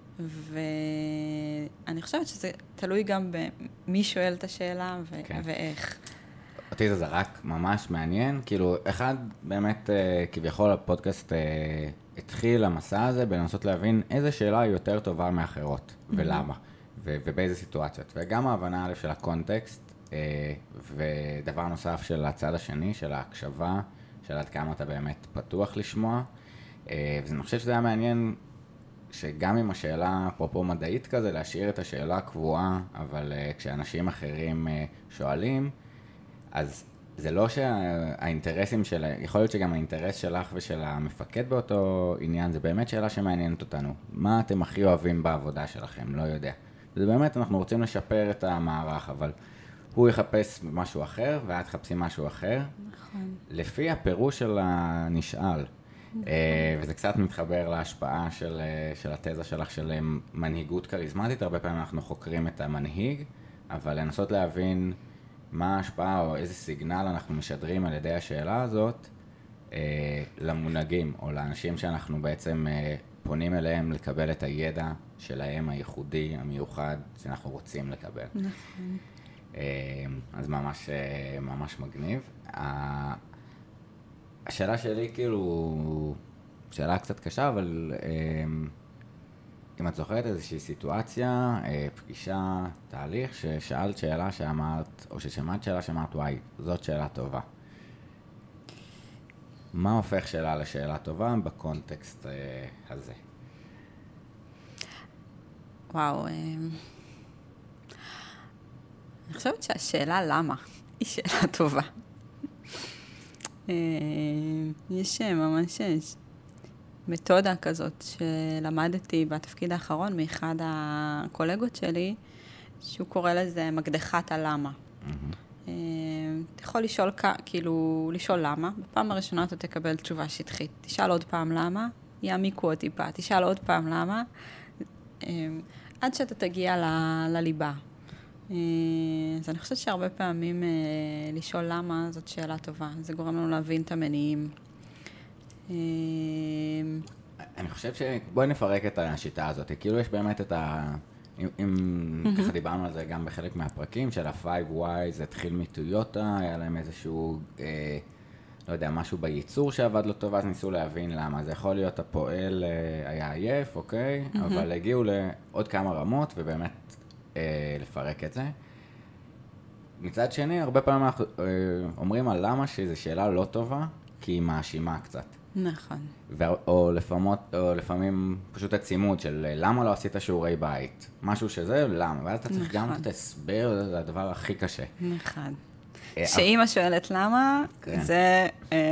[SPEAKER 3] ואני חושבת שזה תלוי גם במי שואל את השאלה ו- כן. ואיך.
[SPEAKER 2] אותי זה רק ממש מעניין, כאילו, אחד באמת, כביכול הפודקאסט התחיל המסע הזה בלנסות להבין איזה שאלה היא יותר טובה מאחרות, ולמה. ו- ובאיזה סיטואציות. וגם ההבנה א' של הקונטקסט, אה, ודבר נוסף של הצד השני, של ההקשבה, של עד כמה אתה באמת פתוח לשמוע. אה, ואני חושב שזה היה מעניין, שגם עם השאלה, אפרופו מדעית כזה, להשאיר את השאלה קבועה, אבל אה, כשאנשים אחרים אה, שואלים, אז זה לא שהאינטרסים של, יכול להיות שגם האינטרס שלך ושל המפקד באותו עניין, זה באמת שאלה שמעניינת אותנו. מה אתם הכי אוהבים בעבודה שלכם? לא יודע. זה באמת, אנחנו רוצים לשפר את המערך, אבל הוא יחפש משהו אחר, ואת תחפשי משהו אחר.
[SPEAKER 3] נכון.
[SPEAKER 2] לפי הפירוש של הנשאל. וזה קצת מתחבר להשפעה של, של התזה שלך של מנהיגות כריזמטית. הרבה פעמים אנחנו חוקרים את המנהיג, אבל לנסות להבין מה ההשפעה או איזה סיגנל אנחנו משדרים על ידי השאלה הזאת למונהגים, או לאנשים שאנחנו בעצם פונים אליהם לקבל את הידע שלהם הייחודי, המיוחד, שאנחנו רוצים לקבל.
[SPEAKER 3] נכון.
[SPEAKER 2] אז ממש, ממש מגניב. השאלה שלי כאילו, שאלה קצת קשה, אבל אם את זוכרת איזושהי סיטואציה, פגישה, תהליך, ששאלת שאלה שאמרת, או ששמעת שאלה שאמרת, וואי, זאת שאלה טובה. מה הופך שאלה לשאלה טובה בקונטקסט הזה?
[SPEAKER 3] וואו, אני חושבת שהשאלה למה היא שאלה טובה. יש ממש מתודה כזאת שלמדתי בתפקיד האחרון מאחד הקולגות שלי, שהוא קורא לזה מקדחת הלמה. אתה יכול לשאול, כאילו, לשאול למה. בפעם הראשונה אתה תקבל תשובה שטחית. תשאל עוד פעם למה, יעמיקו עוד טיפה. תשאל עוד פעם למה, עד שאתה תגיע ל- לליבה. אז אני חושבת שהרבה פעמים לשאול למה זאת שאלה טובה. זה גורם לנו להבין את המניעים.
[SPEAKER 2] אני חושב ש... בואי נפרק את השיטה הזאת. כאילו יש באמת את ה... אם, אם ככה דיברנו על זה גם בחלק מהפרקים של ה-פייב וואי, זה התחיל מטויוטה, היה להם איזשהו, אה, לא יודע, משהו בייצור שעבד לא טוב, אז ניסו להבין למה. זה יכול להיות הפועל אה, היה עייף, אוקיי? Mm-hmm. אבל הגיעו לעוד כמה רמות ובאמת אה, לפרק את זה. מצד שני, הרבה פעמים אנחנו אה, אומרים על למה שזו שאלה לא טובה, כי היא מאשימה קצת.
[SPEAKER 3] נכון.
[SPEAKER 2] ו- או, לפעמות, או לפעמים פשוט הצימוד של למה לא עשית שיעורי בית. משהו שזה, למה? ואז אתה צריך גם את ההסבר, זה הדבר הכי קשה.
[SPEAKER 3] נכון. שאמא שואלת למה, זה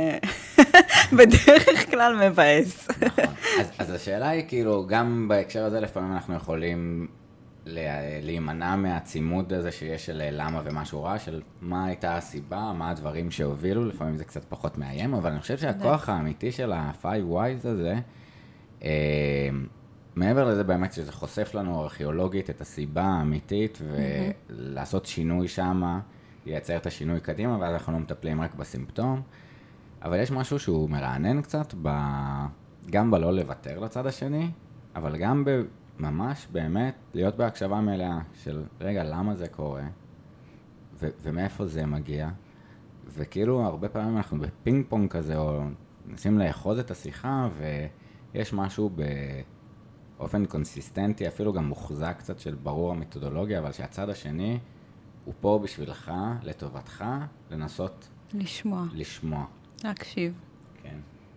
[SPEAKER 2] כן.
[SPEAKER 3] בדרך כלל מבאס.
[SPEAKER 2] נכון. אז, אז השאלה היא כאילו, גם בהקשר הזה לפעמים אנחנו יכולים להימנע מהצימוד הזה שיש של למה ומשהו רע, של מה הייתה הסיבה, מה הדברים שהובילו, לפעמים זה קצת פחות מאיים, אבל אני חושב שהכוח האמיתי של ה-פייב וואיז הזה, אה, מעבר לזה באמת שזה חושף לנו ארכיאולוגית את הסיבה האמיתית, ולעשות שינוי שמה, ייצר את השינוי קדימה, ואז אנחנו לא מטפלים רק בסימפטום, אבל יש משהו שהוא מרענן קצת, ב... גם בלא לוותר לצד השני, אבל גם ב... ממש באמת להיות בהקשבה מלאה של רגע למה זה קורה ו- ומאיפה זה מגיע, וכאילו הרבה פעמים אנחנו בפינג פונג כזה או נסים לאחוז את השיחה ויש משהו באופן קונסיסטנטי אפילו גם מוחזק קצת של ברור המתודולוגיה, אבל שהצד השני הוא פה בשבילך, לטובתך, לנסות
[SPEAKER 3] לשמוע.
[SPEAKER 2] לשמוע.
[SPEAKER 3] להקשיב.
[SPEAKER 2] כן.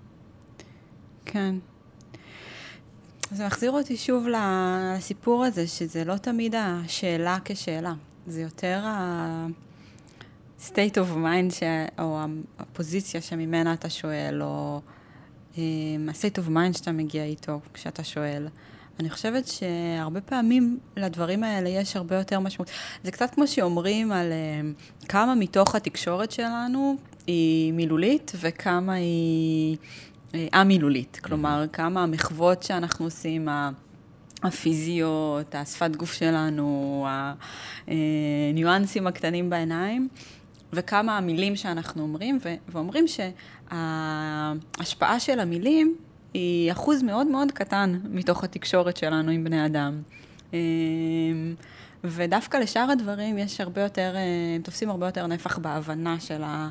[SPEAKER 3] כן. זה מחזיר אותי שוב לסיפור הזה, שזה לא תמיד השאלה כשאלה. זה יותר ה-state of mind, ש... או הפוזיציה שממנה אתה שואל, או ה-state of mind שאתה מגיע איתו כשאתה שואל. אני חושבת שהרבה פעמים לדברים האלה יש הרבה יותר משמעות. זה קצת כמו שאומרים על כמה מתוך התקשורת שלנו היא מילולית, וכמה היא... המילולית, כלומר, כמה המחוות שאנחנו עושים, הפיזיות, השפת גוף שלנו, הניואנסים הקטנים בעיניים, וכמה המילים שאנחנו אומרים, ואומרים שההשפעה של המילים היא אחוז מאוד מאוד קטן מתוך התקשורת שלנו עם בני אדם. ודווקא לשאר הדברים יש הרבה יותר, תופסים הרבה יותר נפח בהבנה של, ה,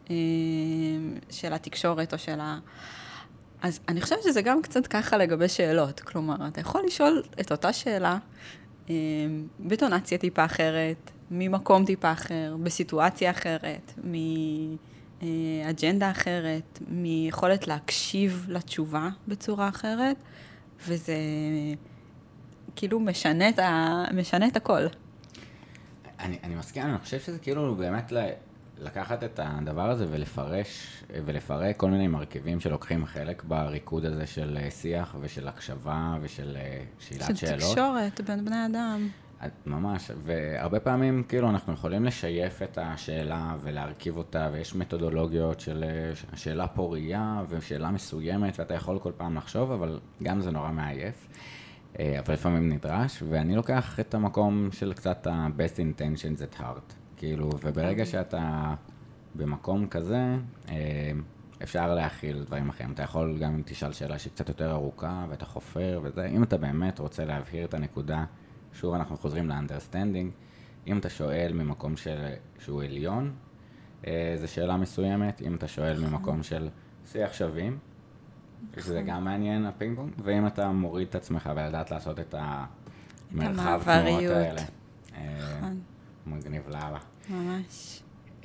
[SPEAKER 3] של התקשורת או של ה... אז אני חושבת שזה גם קצת ככה לגבי שאלות. כלומר, אתה יכול לשאול את אותה שאלה בטונציה טיפה אחרת, ממקום טיפה אחר, בסיטואציה אחרת, מאג'נדה אחרת, מיכולת להקשיב לתשובה בצורה אחרת, וזה כאילו משנה את, ה... משנה את הכל.
[SPEAKER 2] אני, אני מסכים, אני חושב שזה כאילו באמת ל... לקחת את הדבר הזה ולפרש, ולפרק כל מיני מרכיבים שלוקחים חלק בריקוד הזה של שיח ושל הקשבה ושל שאלת שאלות.
[SPEAKER 3] של תקשורת בין בני אדם.
[SPEAKER 2] ממש, והרבה פעמים כאילו אנחנו יכולים לשייף את השאלה ולהרכיב אותה, ויש מתודולוגיות של שאלה פוריה ושאלה מסוימת, ואתה יכול כל פעם לחשוב, אבל גם זה נורא מעייף, אבל לפעמים נדרש, ואני לוקח את המקום של קצת ה-best intentions at heart, כאילו, וברגע שאתה במקום כזה, אפשר להכיל דברים אחרים. אתה יכול גם אם תשאל שאלה שהיא קצת יותר ארוכה, ואתה חופר וזה, אם אתה באמת רוצה להבהיר את הנקודה, שוב אנחנו חוזרים ל-understanding, אם אתה שואל ממקום של, שהוא עליון, זו שאלה מסוימת, אם אתה שואל ממקום של שיח שווים, שזה גם מעניין הפינג פונג, ואם אתה מוריד את עצמך ולדעת לעשות את המרחב תנועות האלה. נכון. מגניב לאללה.
[SPEAKER 3] ממש.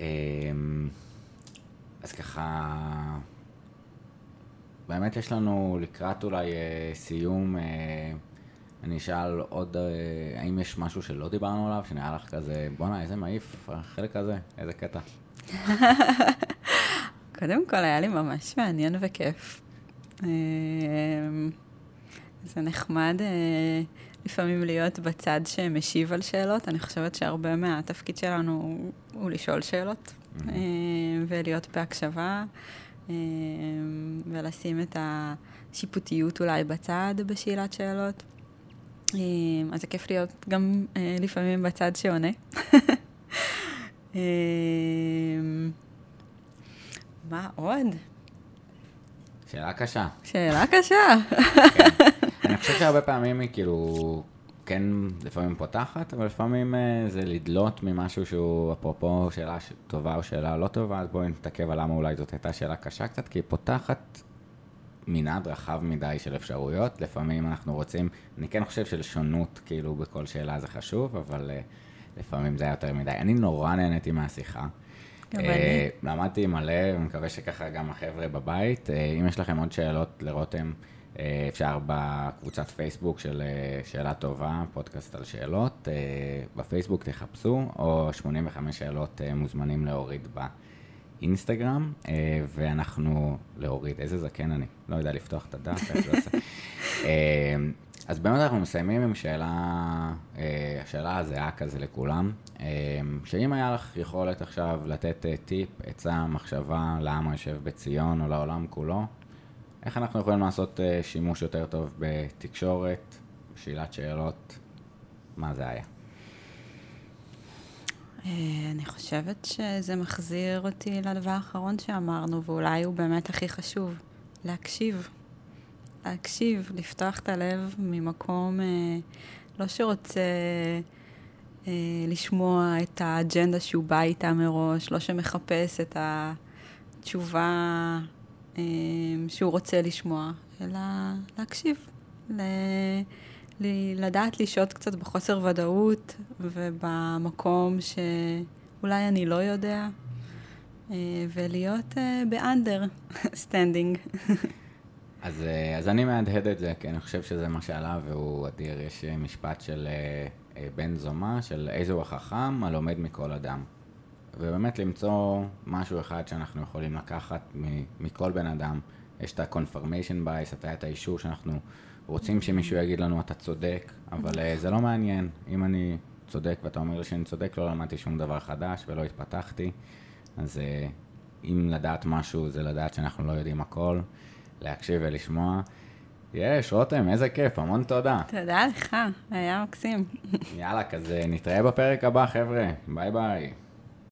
[SPEAKER 2] אז ככה, באמת יש לנו לקראת אולי סיום, אני אשאל עוד, האם יש משהו שלא דיברנו עליו, שנראה לך כזה, בוא'נה, איזה מעיף, החלק הזה, איזה קטע.
[SPEAKER 3] קודם כל, היה לי ממש מעניין וכיף. זה נחמד לפעמים להיות בצד שמשיב על שאלות. אני חושבת שהרבה מהתפקיד שלנו הוא לשאול שאלות, ולהיות בהקשבה, ולשים את השיפוטיות אולי בצד בשאלת שאלות. אז זה כיף להיות גם לפעמים בצד שעונה. מה עוד?
[SPEAKER 2] שאלה קשה.
[SPEAKER 3] שאלה קשה.
[SPEAKER 2] כן. אני חושב שהרבה פעמים היא כאילו, כן, לפעמים פותחת, אבל לפעמים זה לדלות ממשהו שהוא, אפרופו שאלה טובה או שאלה לא טובה, אז בואי נתעכב על למה אולי זאת הייתה שאלה קשה קצת, כי היא פותחת מנעד רחב מדי של אפשרויות. לפעמים אנחנו רוצים, אני כן חושב של שונות, כאילו בכל שאלה זה חשוב, אבל לפעמים זה היה יותר מדי. אני נורא נהניתי מהשיחה.
[SPEAKER 3] גם אני.
[SPEAKER 2] למדתי מלא, ומקווה שככה גם החבר'ה בבית. אם יש לכם עוד שאלות לרותם, אפשר בקבוצת פייסבוק של שאלה טובה, פודקאסט על שאלות. בפייסבוק תחפשו, או שמונים וחמש שאלות מוזמנים להוריד באינסטגרם, ואנחנו להוריד, איזה זקן אני, לא יודע לפתוח את הדף, איך זה עושה. אז באמת אנחנו מסיימים עם שאלה, השאלה הזהה כזה לכולם, שאם היה לך יכולת עכשיו לתת טיפ, עצה, מחשבה לעם היושב בציון או לעולם כולו, איך אנחנו יכולים לעשות שימוש יותר טוב בתקשורת, בשאלת שאלות, מה זה היה?
[SPEAKER 3] אני חושבת שזה מחזיר אותי לדבר האחרון שאמרנו, ואולי הוא באמת הכי חשוב, להקשיב. להקשיב, לפתוח את הלב ממקום לא שרוצה לשמוע את האג'נדה שהוא בא איתה מראש, לא שמחפש את התשובה שהוא רוצה לשמוע, אלא להקשיב, לדעת לשהות קצת בחוסר ודאות ובמקום שאולי אני לא יודע, ולהיות באנדר סטנדינג.
[SPEAKER 2] אז, אז אני מהדהד את זה, כי אני חושב שזה מה שעלה והוא אדיר. יש משפט של בן זומה, של איזהו החכם הלומד מכל אדם. ובאמת למצוא משהו אחד שאנחנו יכולים לקחת מכל בן אדם. יש את ה-confirmation bias, אתה את האישור שאנחנו רוצים שמישהו יגיד לנו, אתה צודק, אבל זה לא מעניין. אם אני צודק ואתה אומר לי שאני צודק, לא למדתי שום דבר חדש ולא התפתחתי. אז אם לדעת משהו, זה לדעת שאנחנו לא יודעים הכל. להקשיב ולשמוע. יש, רותם, איזה כיף, המון תודה.
[SPEAKER 3] תודה לך, היה מקסים.
[SPEAKER 2] יאללה, כזה נתראה בפרק הבא, חבר'ה. ביי ביי.